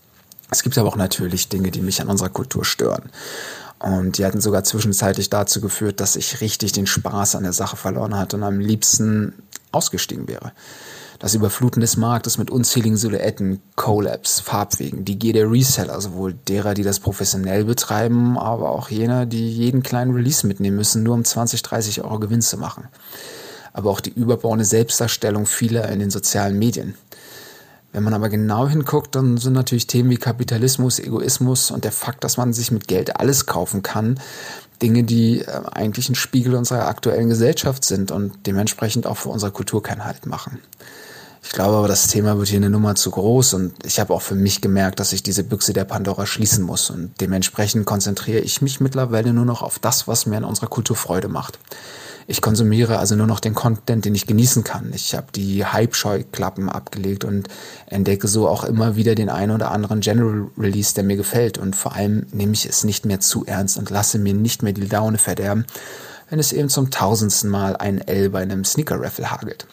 Es gibt aber auch natürlich Dinge, die mich an unserer Kultur stören. Und die hatten sogar zwischenzeitlich dazu geführt, dass ich richtig den Spaß an der Sache verloren hatte und am liebsten ausgestiegen wäre. Das Überfluten des Marktes mit unzähligen Silhouetten, Collabs, Farbwegen, die Gier der Reseller, sowohl derer, die das professionell betreiben, aber auch jener, die jeden kleinen Release mitnehmen müssen, nur um 20, 30 Euro Gewinn zu machen. Aber auch die überbordende Selbstdarstellung vieler in den sozialen Medien. Wenn man aber genau hinguckt, dann sind natürlich Themen wie Kapitalismus, Egoismus und der Fakt, dass man sich mit Geld alles kaufen kann, Dinge, die eigentlich ein Spiegel unserer aktuellen Gesellschaft sind und dementsprechend auch für unsere Kultur keinen Halt machen. Ich glaube aber, das Thema wird hier eine Nummer zu groß und ich habe auch für mich gemerkt, dass ich diese Büchse der Pandora schließen muss und dementsprechend konzentriere ich mich mittlerweile nur noch auf das, was mir in unserer Kultur Freude macht. Ich konsumiere also nur noch den Content, den ich genießen kann. Ich habe die Hype-Scheuklappen abgelegt und entdecke so auch immer wieder den einen oder anderen General Release, der mir gefällt. Und vor allem nehme ich es nicht mehr zu ernst und lasse mir nicht mehr die Laune verderben, wenn es eben zum 1000. Mal ein L bei einem Sneaker-Raffle hagelt.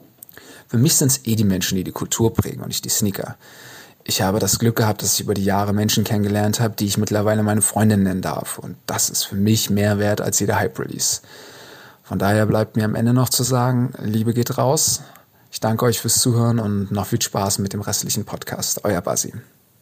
Für mich sind es die Menschen, die die Kultur prägen und nicht die Sneaker. Ich habe das Glück gehabt, dass ich über die Jahre Menschen kennengelernt habe, die ich mittlerweile meine Freundin nennen darf. Und das ist für mich mehr wert als jeder Hype-Release. Von daher bleibt mir am Ende noch zu sagen, Liebe geht raus. Ich danke euch fürs Zuhören und noch viel Spaß mit dem restlichen Podcast. Euer Basi.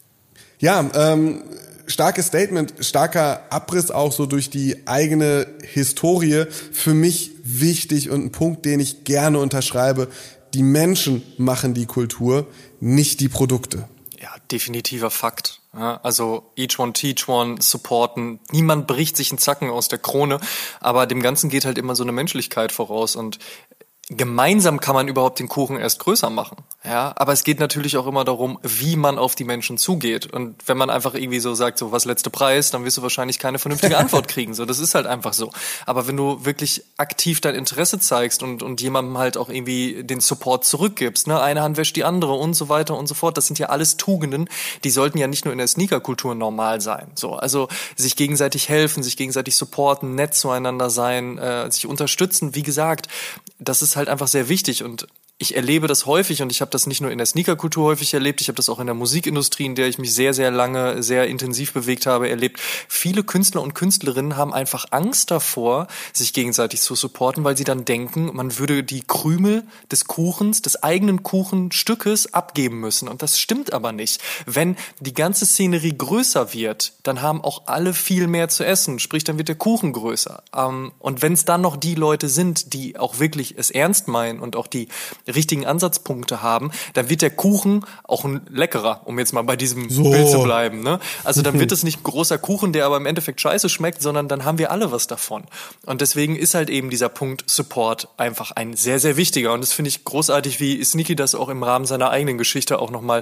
Ja, starkes Statement, starker Abriss auch so durch die eigene Historie. Für mich wichtig und ein Punkt, den ich gerne unterschreibe. Die Menschen machen die Kultur, nicht die Produkte. Ja, definitiver Fakt. Ja, also each one teach one, supporten. Niemand bricht sich einen Zacken aus der Krone, aber dem Ganzen geht halt immer so eine Menschlichkeit voraus und gemeinsam kann man überhaupt den Kuchen erst größer machen. Ja, aber es geht natürlich auch immer darum, wie man auf die Menschen zugeht. Und wenn man einfach irgendwie so sagt, so was letzte Preis, dann wirst du wahrscheinlich keine vernünftige Antwort kriegen. So, das ist halt einfach so. Aber wenn du wirklich aktiv dein Interesse zeigst und jemandem halt auch irgendwie den Support zurückgibst, ne, eine Hand wäscht die andere und so weiter und so fort, das sind ja alles Tugenden, die sollten ja nicht nur in der Sneakerkultur normal sein. So, also sich gegenseitig helfen, sich gegenseitig supporten, nett zueinander sein, sich unterstützen. Wie gesagt, das ist halt einfach sehr wichtig und ich erlebe das häufig und ich habe das nicht nur in der Sneakerkultur häufig erlebt, ich habe das auch in der Musikindustrie, in der ich mich sehr, sehr lange, sehr intensiv bewegt habe, erlebt. Viele Künstler und Künstlerinnen haben einfach Angst davor, sich gegenseitig zu supporten, weil sie dann denken, man würde die Krümel des Kuchens, des eigenen Kuchenstückes abgeben müssen. Und das stimmt aber nicht. Wenn die ganze Szenerie größer wird, dann haben auch alle viel mehr zu essen, sprich dann wird der Kuchen größer. Und wenn es dann noch die Leute sind, die auch wirklich es ernst meinen und auch die richtigen Ansatzpunkte haben, dann wird der Kuchen auch ein leckerer, um jetzt mal bei diesem Bild zu bleiben. Ne? Also dann wird es nicht ein großer Kuchen, der aber im Endeffekt scheiße schmeckt, sondern dann haben wir alle was davon. Und deswegen ist halt eben dieser Punkt Support einfach ein sehr, sehr wichtiger. Und das finde ich großartig, wie Sneaky das auch im Rahmen seiner eigenen Geschichte auch nochmal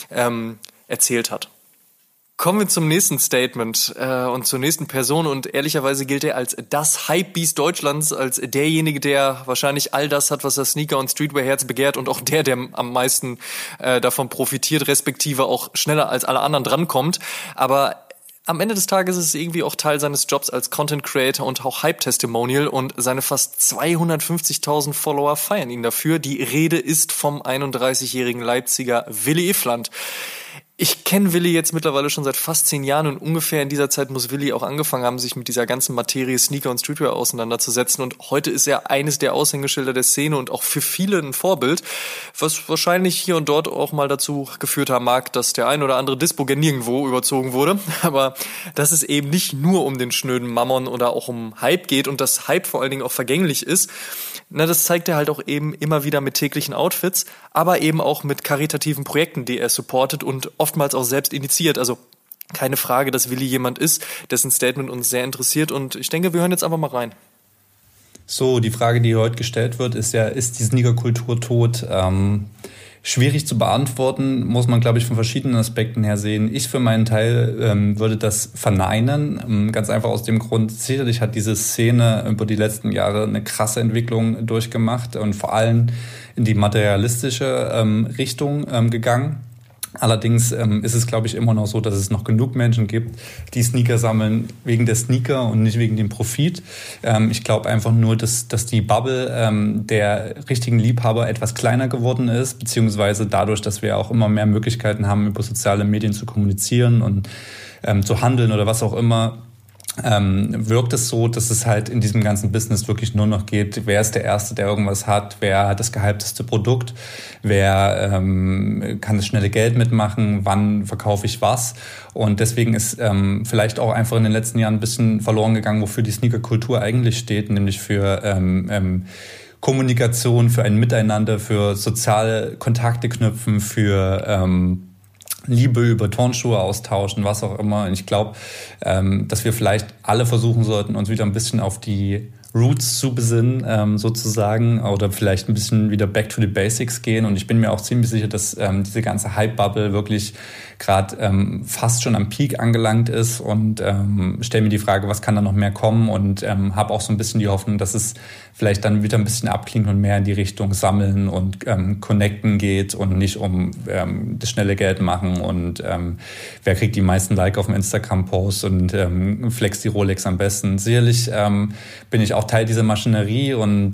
erzählt hat. Kommen wir zum nächsten Statement und zur nächsten Person und ehrlicherweise gilt er als das Hypebeast Deutschlands, als derjenige, der wahrscheinlich all das hat, was das Sneaker- und Streetwear-Herz begehrt und auch der am meisten davon profitiert, respektive auch schneller als alle anderen drankommt. Aber am Ende des Tages ist es irgendwie auch Teil seines Jobs als Content Creator und auch Hype-Testimonial und seine fast 250.000 Follower feiern ihn dafür. Die Rede ist vom 31-jährigen Leipziger Willi Iffland. Ich kenne Willi jetzt mittlerweile schon seit fast 10 Jahren und ungefähr in dieser Zeit muss Willi auch angefangen haben, sich mit dieser ganzen Materie Sneaker und Streetwear auseinanderzusetzen und heute ist er eines der Aushängeschilder der Szene und auch für viele ein Vorbild, was wahrscheinlich hier und dort auch mal dazu geführt haben mag, dass der ein oder andere Dispo nirgendwo überzogen wurde, aber dass es eben nicht nur um den schnöden Mammon oder auch um Hype geht und dass Hype vor allen Dingen auch vergänglich ist, na, das zeigt er halt auch eben immer wieder mit täglichen Outfits, aber eben auch mit karitativen Projekten, die er supportet und oftmals auch selbst initiiert. Also keine Frage, dass Willi jemand ist, dessen Statement uns sehr interessiert. Und ich denke, wir hören jetzt einfach mal rein. So, die Frage, die heute gestellt wird, ist ja, ist die Sneakerkultur tot? Schwierig zu beantworten, muss man, glaube ich, von verschiedenen Aspekten her sehen. Ich für meinen Teil würde das verneinen, ganz einfach aus dem Grund, sicherlich hat diese Szene über die letzten Jahre eine krasse Entwicklung durchgemacht und vor allem in die materialistische Richtung gegangen. Allerdings ist es, glaube ich, immer noch so, dass es noch genug Menschen gibt, die Sneaker sammeln wegen der Sneaker und nicht wegen dem Profit. Ich glaube einfach nur, dass die Bubble der richtigen Liebhaber etwas kleiner geworden ist, beziehungsweise dadurch, dass wir auch immer mehr Möglichkeiten haben, über soziale Medien zu kommunizieren und zu handeln oder was auch immer. Wirkt es so, dass es halt in diesem ganzen Business wirklich nur noch geht, wer ist der Erste, der irgendwas hat, wer hat das gehypteste Produkt, wer kann das schnelle Geld mitmachen, wann verkaufe ich was. Und deswegen ist vielleicht auch einfach in den letzten Jahren ein bisschen verloren gegangen, wofür die Sneakerkultur eigentlich steht, nämlich für Kommunikation, für ein Miteinander, für soziale Kontakte knüpfen, für Liebe über Turnschuhe austauschen, was auch immer. Und ich glaube, dass wir vielleicht alle versuchen sollten, uns wieder ein bisschen auf die Roots zu besinnen, sozusagen, oder vielleicht ein bisschen wieder back to the basics gehen. Und ich bin mir auch ziemlich sicher, dass diese ganze Hype-Bubble wirklich gerade fast schon am Peak angelangt ist und stelle mir die Frage, was kann da noch mehr kommen, und habe auch so ein bisschen die Hoffnung, dass es vielleicht dann wieder ein bisschen abklingt und mehr in die Richtung Sammeln und Connecten geht und nicht um das schnelle Geld machen und wer kriegt die meisten Like auf dem Instagram-Post und flex die Rolex am besten. Sicherlich bin ich auch Teil dieser Maschinerie und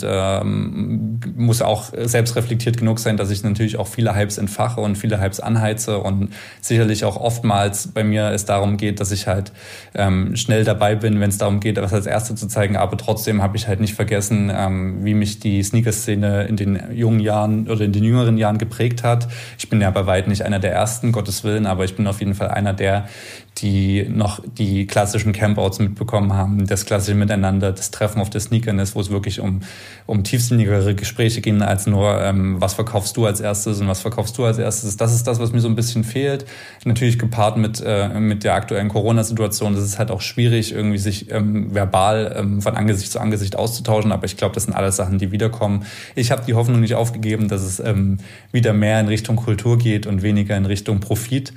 muss auch selbst reflektiert genug sein, dass ich natürlich auch viele Hypes entfache und viele Hypes anheize und sicherlich auch oftmals bei mir es darum geht, dass ich halt schnell dabei bin, wenn es darum geht, was als Erste zu zeigen. Aber trotzdem habe ich halt nicht vergessen, wie mich die Sneaker-Szene in den jungen Jahren oder in den jüngeren Jahren geprägt hat. Ich bin ja bei weitem nicht einer der Ersten, Gottes Willen, aber ich bin auf jeden Fall einer der, die noch die klassischen Campouts mitbekommen haben, das klassische Miteinander, das Treffen auf der Sneakerness, wo es wirklich um tiefsinnigere Gespräche ging, als nur, was verkaufst du als erstes und was verkaufst du als erstes. Das ist das, was mir so ein bisschen fehlt. natürlich gepaart mit der aktuellen Corona-Situation, das ist halt auch schwierig, irgendwie sich verbal von Angesicht zu Angesicht auszutauschen. Aber ich glaube, das sind alles Sachen, die wiederkommen. Ich habe die Hoffnung nicht aufgegeben, dass es wieder mehr in Richtung Kultur geht und weniger in Richtung Profit.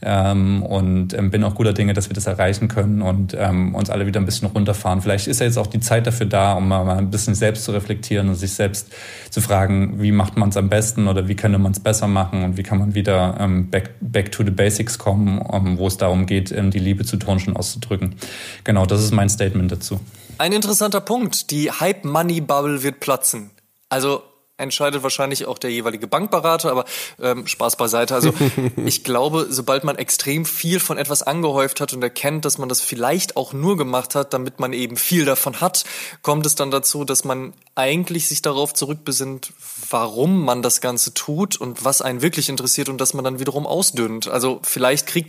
Und bin auch guter Dinge, dass wir das erreichen können und uns alle wieder ein bisschen runterfahren. Vielleicht ist ja jetzt auch die Zeit dafür da, um mal ein bisschen selbst zu reflektieren und sich selbst zu fragen, wie macht man es am besten oder wie könnte man es besser machen und wie kann man wieder back to the basics kommen, wo es darum geht, die Liebe zu Turnschuhen auszudrücken. Genau, das ist mein Statement dazu. Ein interessanter Punkt. Die Hype-Money-Bubble wird platzen. Also entscheidet wahrscheinlich auch der jeweilige Bankberater, aber Spaß beiseite. Also ich glaube, sobald man extrem viel von etwas angehäuft hat und erkennt, dass man das vielleicht auch nur gemacht hat, damit man eben viel davon hat, kommt es dann dazu, dass man eigentlich sich darauf zurückbesinnt, warum man das Ganze tut und was einen wirklich interessiert und dass man dann wiederum ausdünnt. Also vielleicht kriegt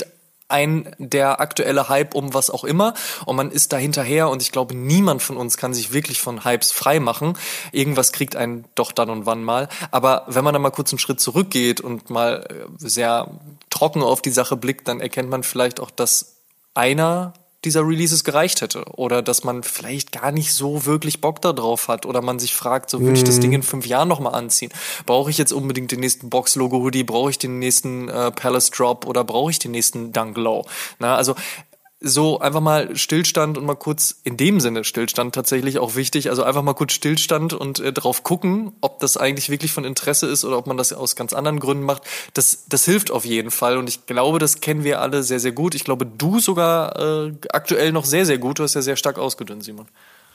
der aktuelle Hype um was auch immer und man ist da hinterher und ich glaube, niemand von uns kann sich wirklich von Hypes frei machen. Irgendwas kriegt einen doch dann und wann mal. Aber wenn man dann mal kurz einen Schritt zurückgeht und mal sehr trocken auf die Sache blickt, dann erkennt man vielleicht auch, dass einer dieser Releases gereicht hätte oder dass man vielleicht gar nicht so wirklich Bock da drauf hat oder man sich fragt, so will ich das Ding in 5 Jahren nochmal anziehen? Brauche ich jetzt unbedingt den nächsten Box-Logo-Hoodie? Brauche ich den nächsten Palace Drop oder brauche ich den nächsten Dunk Low? Na, also so einfach mal Stillstand und mal kurz, in dem Sinne Stillstand tatsächlich auch wichtig, also einfach mal kurz Stillstand und drauf gucken, ob das eigentlich wirklich von Interesse ist oder ob man das aus ganz anderen Gründen macht. Das hilft auf jeden Fall und ich glaube, das kennen wir alle sehr, sehr gut. Ich glaube, du sogar aktuell noch sehr, sehr gut. Du hast ja sehr stark ausgedünnt, Simon.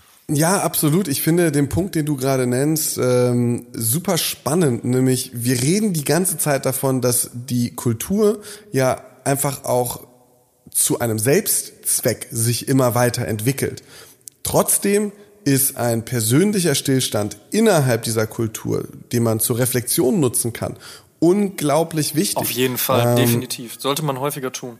Ja, absolut. Ich finde den Punkt, den du gerade nennst, super spannend. Nämlich, wir reden die ganze Zeit davon, dass die Kultur ja einfach auch zu einem Selbstzweck sich immer weiter entwickelt. Trotzdem ist ein persönlicher Stillstand innerhalb dieser Kultur, den man zur Reflexion nutzen kann, unglaublich wichtig. Auf jeden Fall, definitiv. Sollte man häufiger tun.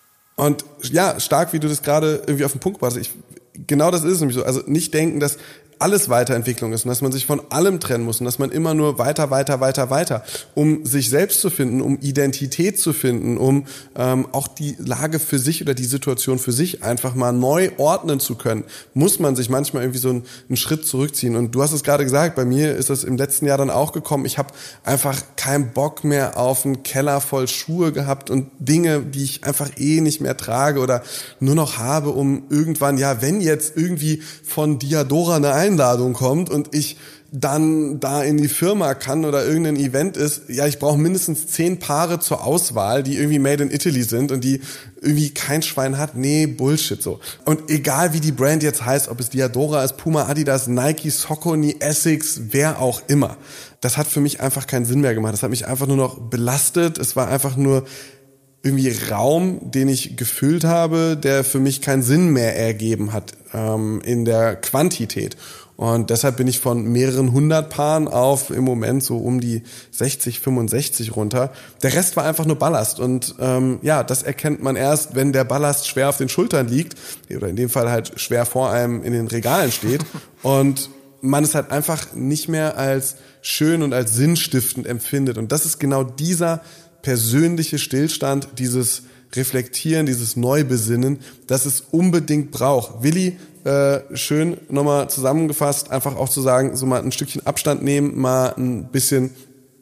Und ja, stark, wie du das gerade irgendwie auf den Punkt gebracht hast. Genau das ist es nämlich so. Also nicht denken, dass alles Weiterentwicklung ist und dass man sich von allem trennen muss und dass man immer nur weiter, um sich selbst zu finden, um Identität zu finden, um auch die Lage für sich oder die Situation für sich einfach mal neu ordnen zu können, muss man sich manchmal irgendwie so einen Schritt zurückziehen. Und du hast es gerade gesagt, bei mir ist das im letzten Jahr dann auch gekommen. Ich habe einfach keinen Bock mehr auf einen Keller voll Schuhe gehabt und Dinge, die ich einfach nicht mehr trage oder nur noch habe, um irgendwann, ja, wenn jetzt irgendwie von Diadora eine Einladung kommt und ich dann da in die Firma kann oder irgendein Event ist, ja, ich brauche mindestens 10 Paare zur Auswahl, die irgendwie made in Italy sind und die irgendwie kein Schwein hat. Nee, Bullshit so. Und egal wie die Brand jetzt heißt, ob es Diadora ist, Puma, Adidas, Nike, Saucony, Essex, wer auch immer. Das hat für mich einfach keinen Sinn mehr gemacht. Das hat mich einfach nur noch belastet. Es war einfach nur irgendwie Raum, den ich gefüllt habe, der für mich keinen Sinn mehr ergeben hat in der Quantität. Und deshalb bin ich von mehreren 100 Paaren auf im Moment so um die 60, 65 runter. Der Rest war einfach nur Ballast. Und ja, das erkennt man erst, wenn der Ballast schwer auf den Schultern liegt oder in dem Fall halt schwer vor einem in den Regalen steht und man es halt einfach nicht mehr als schön und als sinnstiftend empfindet. Und das ist genau dieser persönliche Stillstand, dieses Reflektieren, dieses Neubesinnen, das es unbedingt braucht. Willi, schön nochmal zusammengefasst, einfach auch zu sagen, so mal ein Stückchen Abstand nehmen, mal ein bisschen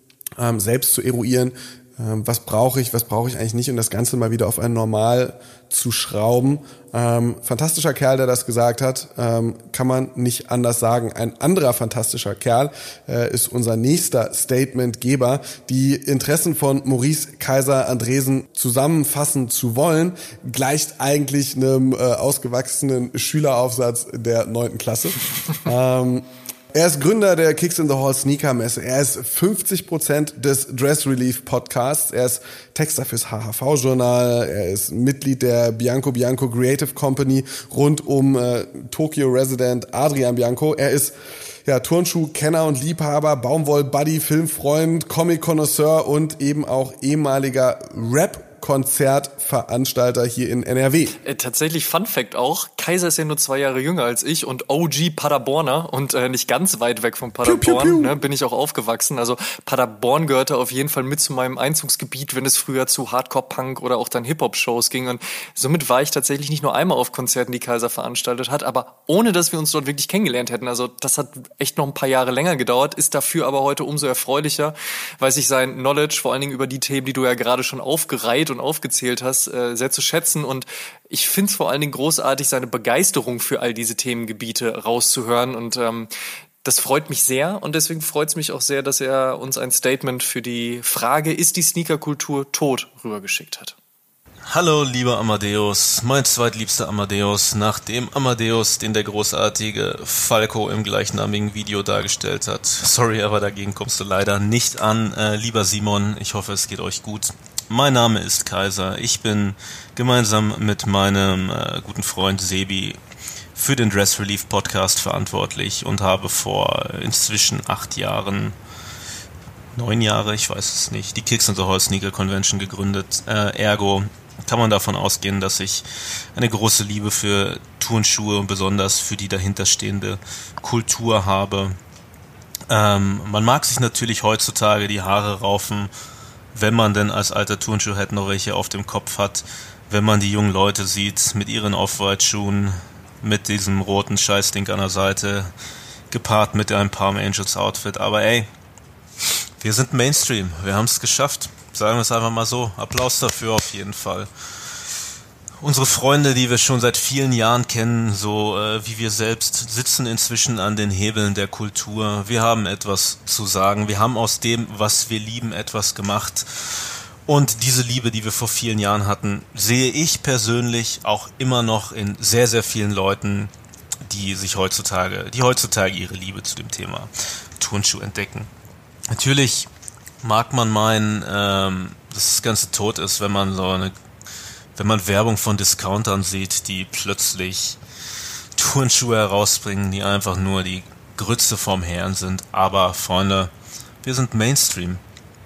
selbst zu eruieren, was brauche ich eigentlich nicht und das Ganze mal wieder auf ein Normal zu schrauben. Fantastischer Kerl, der das gesagt hat, kann man nicht anders sagen. Ein anderer fantastischer Kerl ist unser nächster Statementgeber. Die Interessen von Maurice Kaiser-Andresen zusammenfassen zu wollen, gleicht eigentlich einem ausgewachsenen Schüleraufsatz der 9. Klasse. Er ist Gründer der Kicks in the Hall Sneaker Messe. Er ist 50% des Dress Relief Podcasts. Er ist Texter fürs HHV-Journal. Er ist Mitglied der Bianco Creative Company rund um Tokyo Resident Adrian Bianco. Er ist Turnschuh-Kenner und Liebhaber, Baumwoll-Buddy, Filmfreund, Comic-Connoisseur und eben auch ehemaliger Rap Konzertveranstalter hier in NRW. Tatsächlich Fun Fact auch, Kaiser ist ja nur 2 Jahre jünger als ich und OG Paderborner und nicht ganz weit weg von Paderborn, Piu, piu, piu. Ne, bin ich auch aufgewachsen. Also Paderborn gehörte auf jeden Fall mit zu meinem Einzugsgebiet, wenn es früher zu Hardcore-Punk oder auch dann Hip-Hop-Shows ging. Und somit war ich tatsächlich nicht nur einmal auf Konzerten, die Kaiser veranstaltet hat, aber ohne, dass wir uns dort wirklich kennengelernt hätten. Also das hat echt noch ein paar Jahre länger gedauert, ist dafür aber heute umso erfreulicher, weil sich sein Knowledge, vor allen Dingen über die Themen, die du ja gerade schon aufgereiht und aufgezählt hast, sehr zu schätzen. Und ich finde es vor allen Dingen großartig, seine Begeisterung für all diese Themengebiete rauszuhören. Und das freut mich sehr. Und deswegen freut es mich auch sehr, dass er uns ein Statement für die Frage, ist die Sneakerkultur tot, rübergeschickt hat. Hallo, lieber Amadeus, mein zweitliebster Amadeus, nach dem Amadeus, den der großartige Falco im gleichnamigen Video dargestellt hat. Sorry, aber dagegen kommst du leider nicht an. Lieber Simon, ich hoffe, es geht euch gut. Mein Name ist Kaiser. Ich bin gemeinsam mit meinem guten Freund Sebi für den Dress Relief Podcast verantwortlich und habe vor inzwischen 9 Jahre, ich weiß es nicht, die Kicks and the Hall Sneaker Convention gegründet. Ergo kann man davon ausgehen, dass ich eine große Liebe für Turnschuhe und besonders für die dahinterstehende Kultur habe. Man mag sich natürlich heutzutage die Haare raufen, wenn man denn als alter Turnschuhhead noch welche auf dem Kopf hat, wenn man die jungen Leute sieht mit ihren Off-White-Schuhen, mit diesem roten Scheißding an der Seite, gepaart mit einem Palm Angels Outfit. Aber ey, wir sind Mainstream, wir haben es geschafft. Sagen wir es einfach mal so. Applaus dafür auf jeden Fall. Unsere Freunde, die wir schon seit vielen Jahren kennen, so wie wir selbst, sitzen inzwischen an den Hebeln der Kultur. Wir haben etwas zu sagen. Wir haben aus dem, was wir lieben, etwas gemacht. Und diese Liebe, die wir vor vielen Jahren hatten, sehe ich persönlich auch immer noch in sehr, sehr vielen Leuten, die heutzutage ihre Liebe zu dem Thema Turnschuh entdecken. Natürlich mag man meinen, dass das Ganze tot ist, wenn man Werbung von Discountern sieht, die plötzlich Turnschuhe herausbringen, die einfach nur die Grütze vom Herrn sind. Aber Freunde, wir sind Mainstream.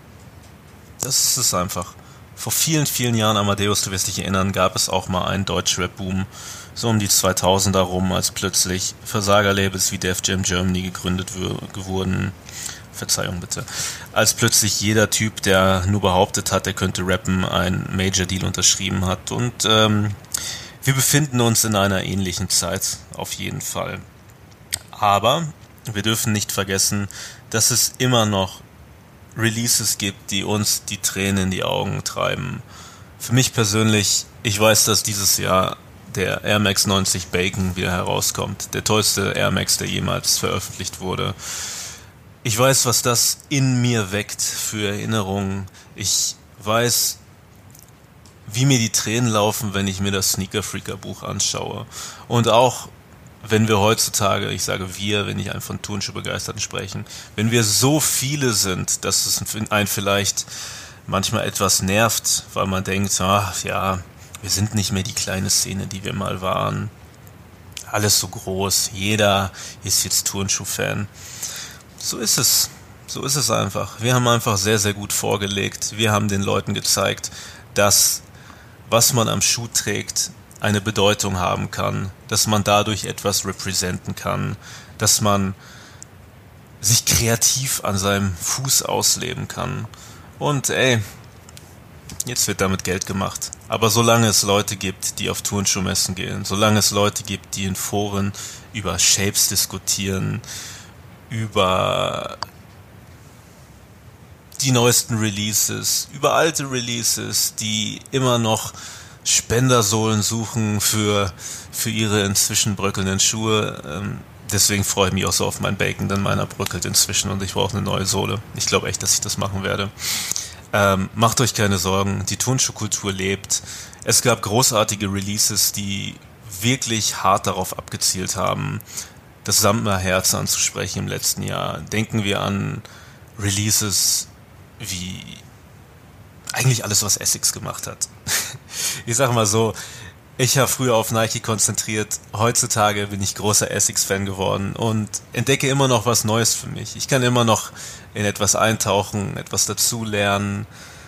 Das ist es einfach. Vor vielen, vielen Jahren, Amadeus, du wirst dich erinnern, gab es auch mal einen Deutschrap-Boom, so um die 2000er rum, als plötzlich Versagerlabels wie Def Jam Germany gegründet wurden. Verzeihung bitte. Als plötzlich jeder Typ, der nur behauptet hat, er könnte rappen, einen Major Deal unterschrieben hat. Und wir befinden uns in einer ähnlichen Zeit, auf jeden Fall. Aber wir dürfen nicht vergessen, dass es immer noch Releases gibt, die uns die Tränen in die Augen treiben. Für mich persönlich, ich weiß, dass dieses Jahr der Air Max 90 Bacon wieder herauskommt. Der tollste Air Max, der jemals veröffentlicht wurde. Ich weiß, was das in mir weckt für Erinnerungen. Ich weiß, wie mir die Tränen laufen, wenn ich mir das Sneaker Freaker Buch anschaue. Und auch, wenn wir heutzutage, ich sage wir, wenn ich von Turnschuhbegeisterten sprechen, wenn wir so viele sind, dass es einen vielleicht manchmal etwas nervt, weil man denkt, ach ja, wir sind nicht mehr die kleine Szene, die wir mal waren. Alles so groß, jeder ist jetzt Turnschuh-Fan. So ist es. So ist es einfach. Wir haben einfach sehr, sehr gut vorgelegt. Wir haben den Leuten gezeigt, dass was man am Schuh trägt, eine Bedeutung haben kann, dass man dadurch etwas representen kann, dass man sich kreativ an seinem Fuß ausleben kann. Und jetzt wird damit Geld gemacht. Aber solange es Leute gibt, die auf Turnschuhmessen gehen, solange es Leute gibt, die in Foren über Shapes diskutieren, über die neuesten Releases, über alte Releases, die immer noch Spendersohlen suchen für ihre inzwischen bröckelnden Schuhe. Deswegen freue ich mich auch so auf mein Bacon, denn meiner bröckelt inzwischen und ich brauche eine neue Sohle. Ich glaube echt, dass ich das machen werde. Macht euch keine Sorgen, die Turnschuhkultur lebt. Es gab großartige Releases, die wirklich hart darauf abgezielt haben, das Sammlerherz anzusprechen im letzten Jahr. Denken wir an Releases wie eigentlich alles, was Essex gemacht hat. Ich sag mal so, ich habe früher auf Nike konzentriert, heutzutage bin ich großer Essex-Fan geworden und entdecke immer noch was Neues für mich. Ich kann immer noch in etwas eintauchen, etwas dazulernen,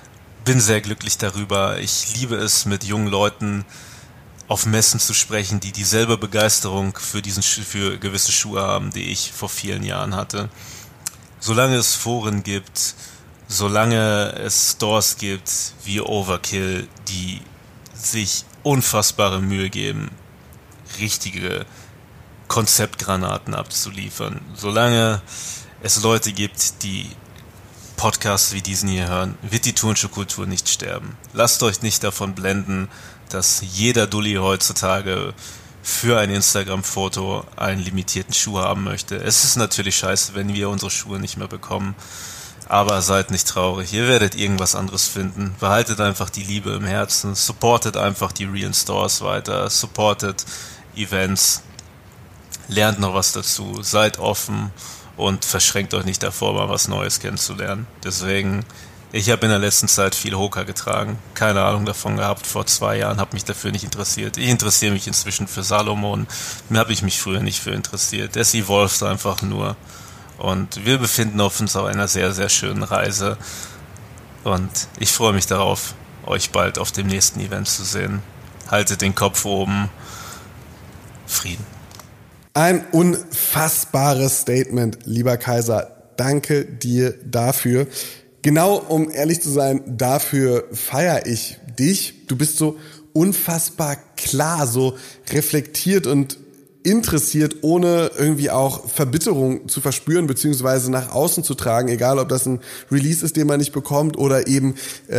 bin sehr glücklich darüber. Ich liebe es, mit jungen Leuten auf Messen zu sprechen, die dieselbe Begeisterung für gewisse Schuhe haben, die ich vor vielen Jahren hatte. Solange es Foren gibt, solange es Stores gibt wie Overkill, die sich unfassbare Mühe geben, richtige Konzeptgranaten abzuliefern, solange es Leute gibt, die Podcasts wie diesen hier hören, wird die Turnschuhkultur nicht sterben. Lasst euch nicht davon blenden, dass jeder Dulli heutzutage für ein Instagram-Foto einen limitierten Schuh haben möchte. Es ist natürlich scheiße, wenn wir unsere Schuhe nicht mehr bekommen, aber seid nicht traurig. Ihr werdet irgendwas anderes finden. Behaltet einfach die Liebe im Herzen, supportet einfach die realen Stores weiter, supportet Events, lernt noch was dazu, seid offen und verschränkt euch nicht davor, mal was Neues kennenzulernen. Deswegen, ich habe in der letzten Zeit viel Hoka getragen, keine Ahnung davon gehabt, vor 2 Jahren, habe mich dafür nicht interessiert. Ich interessiere mich inzwischen für Salomon, mir habe ich mich früher nicht für interessiert. Es evolved einfach nur und wir befinden uns auf einer sehr, sehr schönen Reise und ich freue mich darauf, euch bald auf dem nächsten Event zu sehen. Haltet den Kopf oben. Frieden. Ein unfassbares Statement, lieber Kaiser. Danke dir dafür. Genau, um ehrlich zu sein, dafür feiere ich dich. Du bist so unfassbar klar, so reflektiert und interessiert, ohne irgendwie auch Verbitterung zu verspüren beziehungsweise nach außen zu tragen, egal ob das ein Release ist, den man nicht bekommt oder eben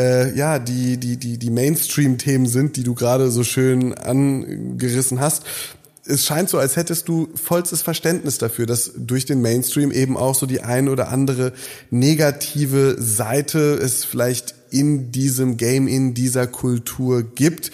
die Mainstream-Themen sind, die du gerade so schön angerissen hast. Es scheint so, als hättest du vollstes Verständnis dafür, dass durch den Mainstream eben auch so die ein oder andere negative Seite es vielleicht in diesem Game, in dieser Kultur gibt.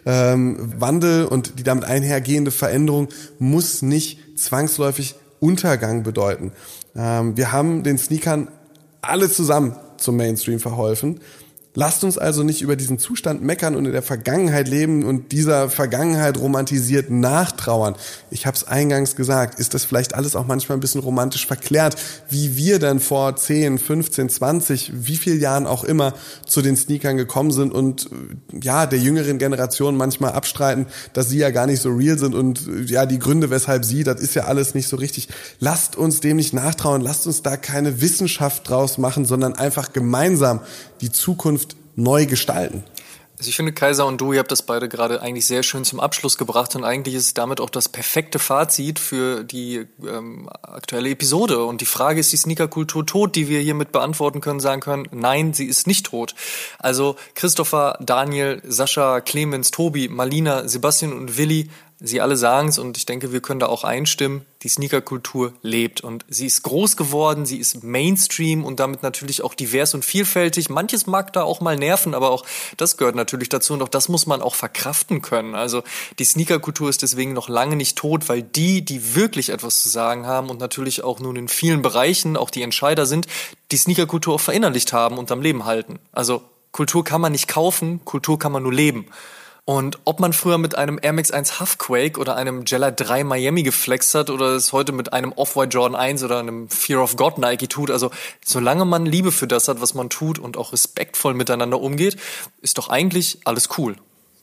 Wandel und die damit einhergehende Veränderung muss nicht zwangsläufig Untergang bedeuten. Wir haben den Sneakern alle zusammen zum Mainstream verholfen. Lasst uns also nicht über diesen Zustand meckern und in der Vergangenheit leben und dieser Vergangenheit romantisiert nachtrauern. Ich habe es eingangs gesagt, ist das vielleicht alles auch manchmal ein bisschen romantisch verklärt, wie wir dann vor 10, 15, 20, wie viel Jahren auch immer zu den Sneakern gekommen sind und ja, der jüngeren Generation manchmal abstreiten, dass sie ja gar nicht so real sind und ja, die Gründe, weshalb sie, das ist ja alles nicht so richtig. Lasst uns dem nicht nachtrauen, lasst uns da keine Wissenschaft draus machen, sondern einfach gemeinsam die Zukunft neu gestalten. Also ich finde, Kaiser und du, ihr habt das beide gerade eigentlich sehr schön zum Abschluss gebracht und eigentlich ist es damit auch das perfekte Fazit für die aktuelle Episode. Und die Frage, ist die Sneakerkultur tot, die wir hiermit beantworten können, sagen können, nein, sie ist nicht tot. Also Christopher, Daniel, Sascha, Clemens, Tobi, Malina, Sebastian und Willi, sie alle sagen es und ich denke, wir können da auch einstimmen, die Sneakerkultur lebt und sie ist groß geworden, sie ist Mainstream und damit natürlich auch divers und vielfältig. Manches mag da auch mal nerven, aber auch das gehört natürlich dazu und auch das muss man auch verkraften können. Also die Sneakerkultur ist deswegen noch lange nicht tot, weil die wirklich etwas zu sagen haben und natürlich auch nun in vielen Bereichen auch die Entscheider sind, die Sneakerkultur auch verinnerlicht haben und am Leben halten. Also Kultur kann man nicht kaufen, Kultur kann man nur leben. Und ob man früher mit einem Air Max 1 Huffquake oder einem Jella 3 Miami geflext hat oder es heute mit einem Off-White Jordan 1 oder einem Fear of God Nike tut, also solange man Liebe für das hat, was man tut und auch respektvoll miteinander umgeht, ist doch eigentlich alles cool.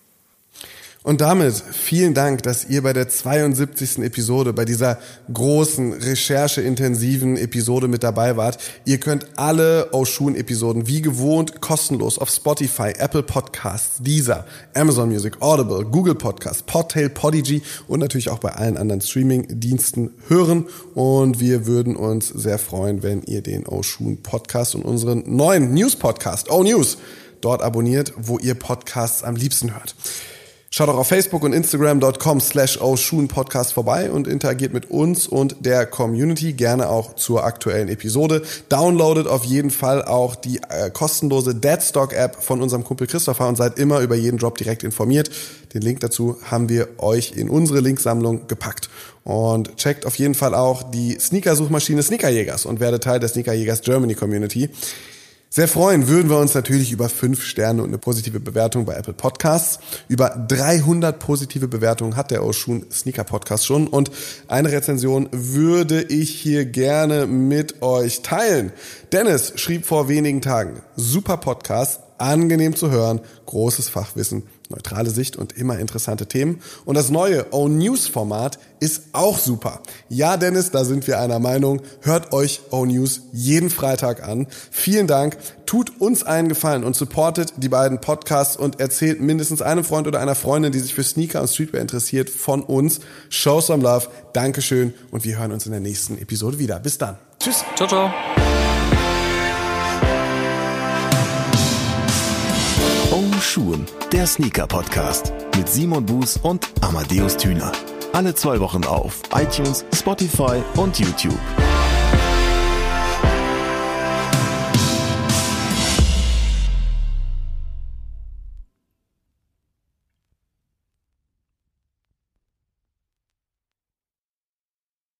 Und damit vielen Dank, dass ihr bei der 72. Episode, bei dieser großen, rechercheintensiven Episode mit dabei wart. Ihr könnt alle Oshun-Episoden wie gewohnt kostenlos auf Spotify, Apple Podcasts, Deezer, Amazon Music, Audible, Google Podcasts, Podtail, Podigy und natürlich auch bei allen anderen Streaming-Diensten hören. Und wir würden uns sehr freuen, wenn ihr den Oshun-Podcast und unseren neuen News-Podcast, O-News, dort abonniert, wo ihr Podcasts am liebsten hört. Schaut auch auf Facebook und Instagram.com/Oshun-Podcast vorbei und interagiert mit uns und der Community, gerne auch zur aktuellen Episode. Downloadet auf jeden Fall auch die kostenlose Deadstock-App von unserem Kumpel Christopher und seid immer über jeden Drop direkt informiert. Den Link dazu haben wir euch in unsere Linksammlung gepackt. Und checkt auf jeden Fall auch die Sneaker-Suchmaschine Sneakerjägers und werdet Teil der Sneakerjägers Germany Community. Sehr freuen würden wir uns natürlich über 5 Sterne und eine positive Bewertung bei Apple Podcasts. Über 300 positive Bewertungen hat der Oshun Sneaker Podcast schon und eine Rezension würde ich hier gerne mit euch teilen. Dennis schrieb vor wenigen Tagen, super Podcast, Angenehm zu hören, großes Fachwissen, neutrale Sicht und immer interessante Themen. Und das neue O-News-Format ist auch super. Ja, Dennis, da sind wir einer Meinung. Hört euch O-News jeden Freitag an. Vielen Dank. Tut uns einen Gefallen und supportet die beiden Podcasts und erzählt mindestens einem Freund oder einer Freundin, die sich für Sneaker und Streetwear interessiert, von uns. Show some love. Dankeschön und wir hören uns in der nächsten Episode wieder. Bis dann. Tschüss. Ciao, ciao. Schuhen, der Sneaker-Podcast mit Simon Buß und Amadeus Thüner. Alle 2 Wochen auf iTunes, Spotify und YouTube.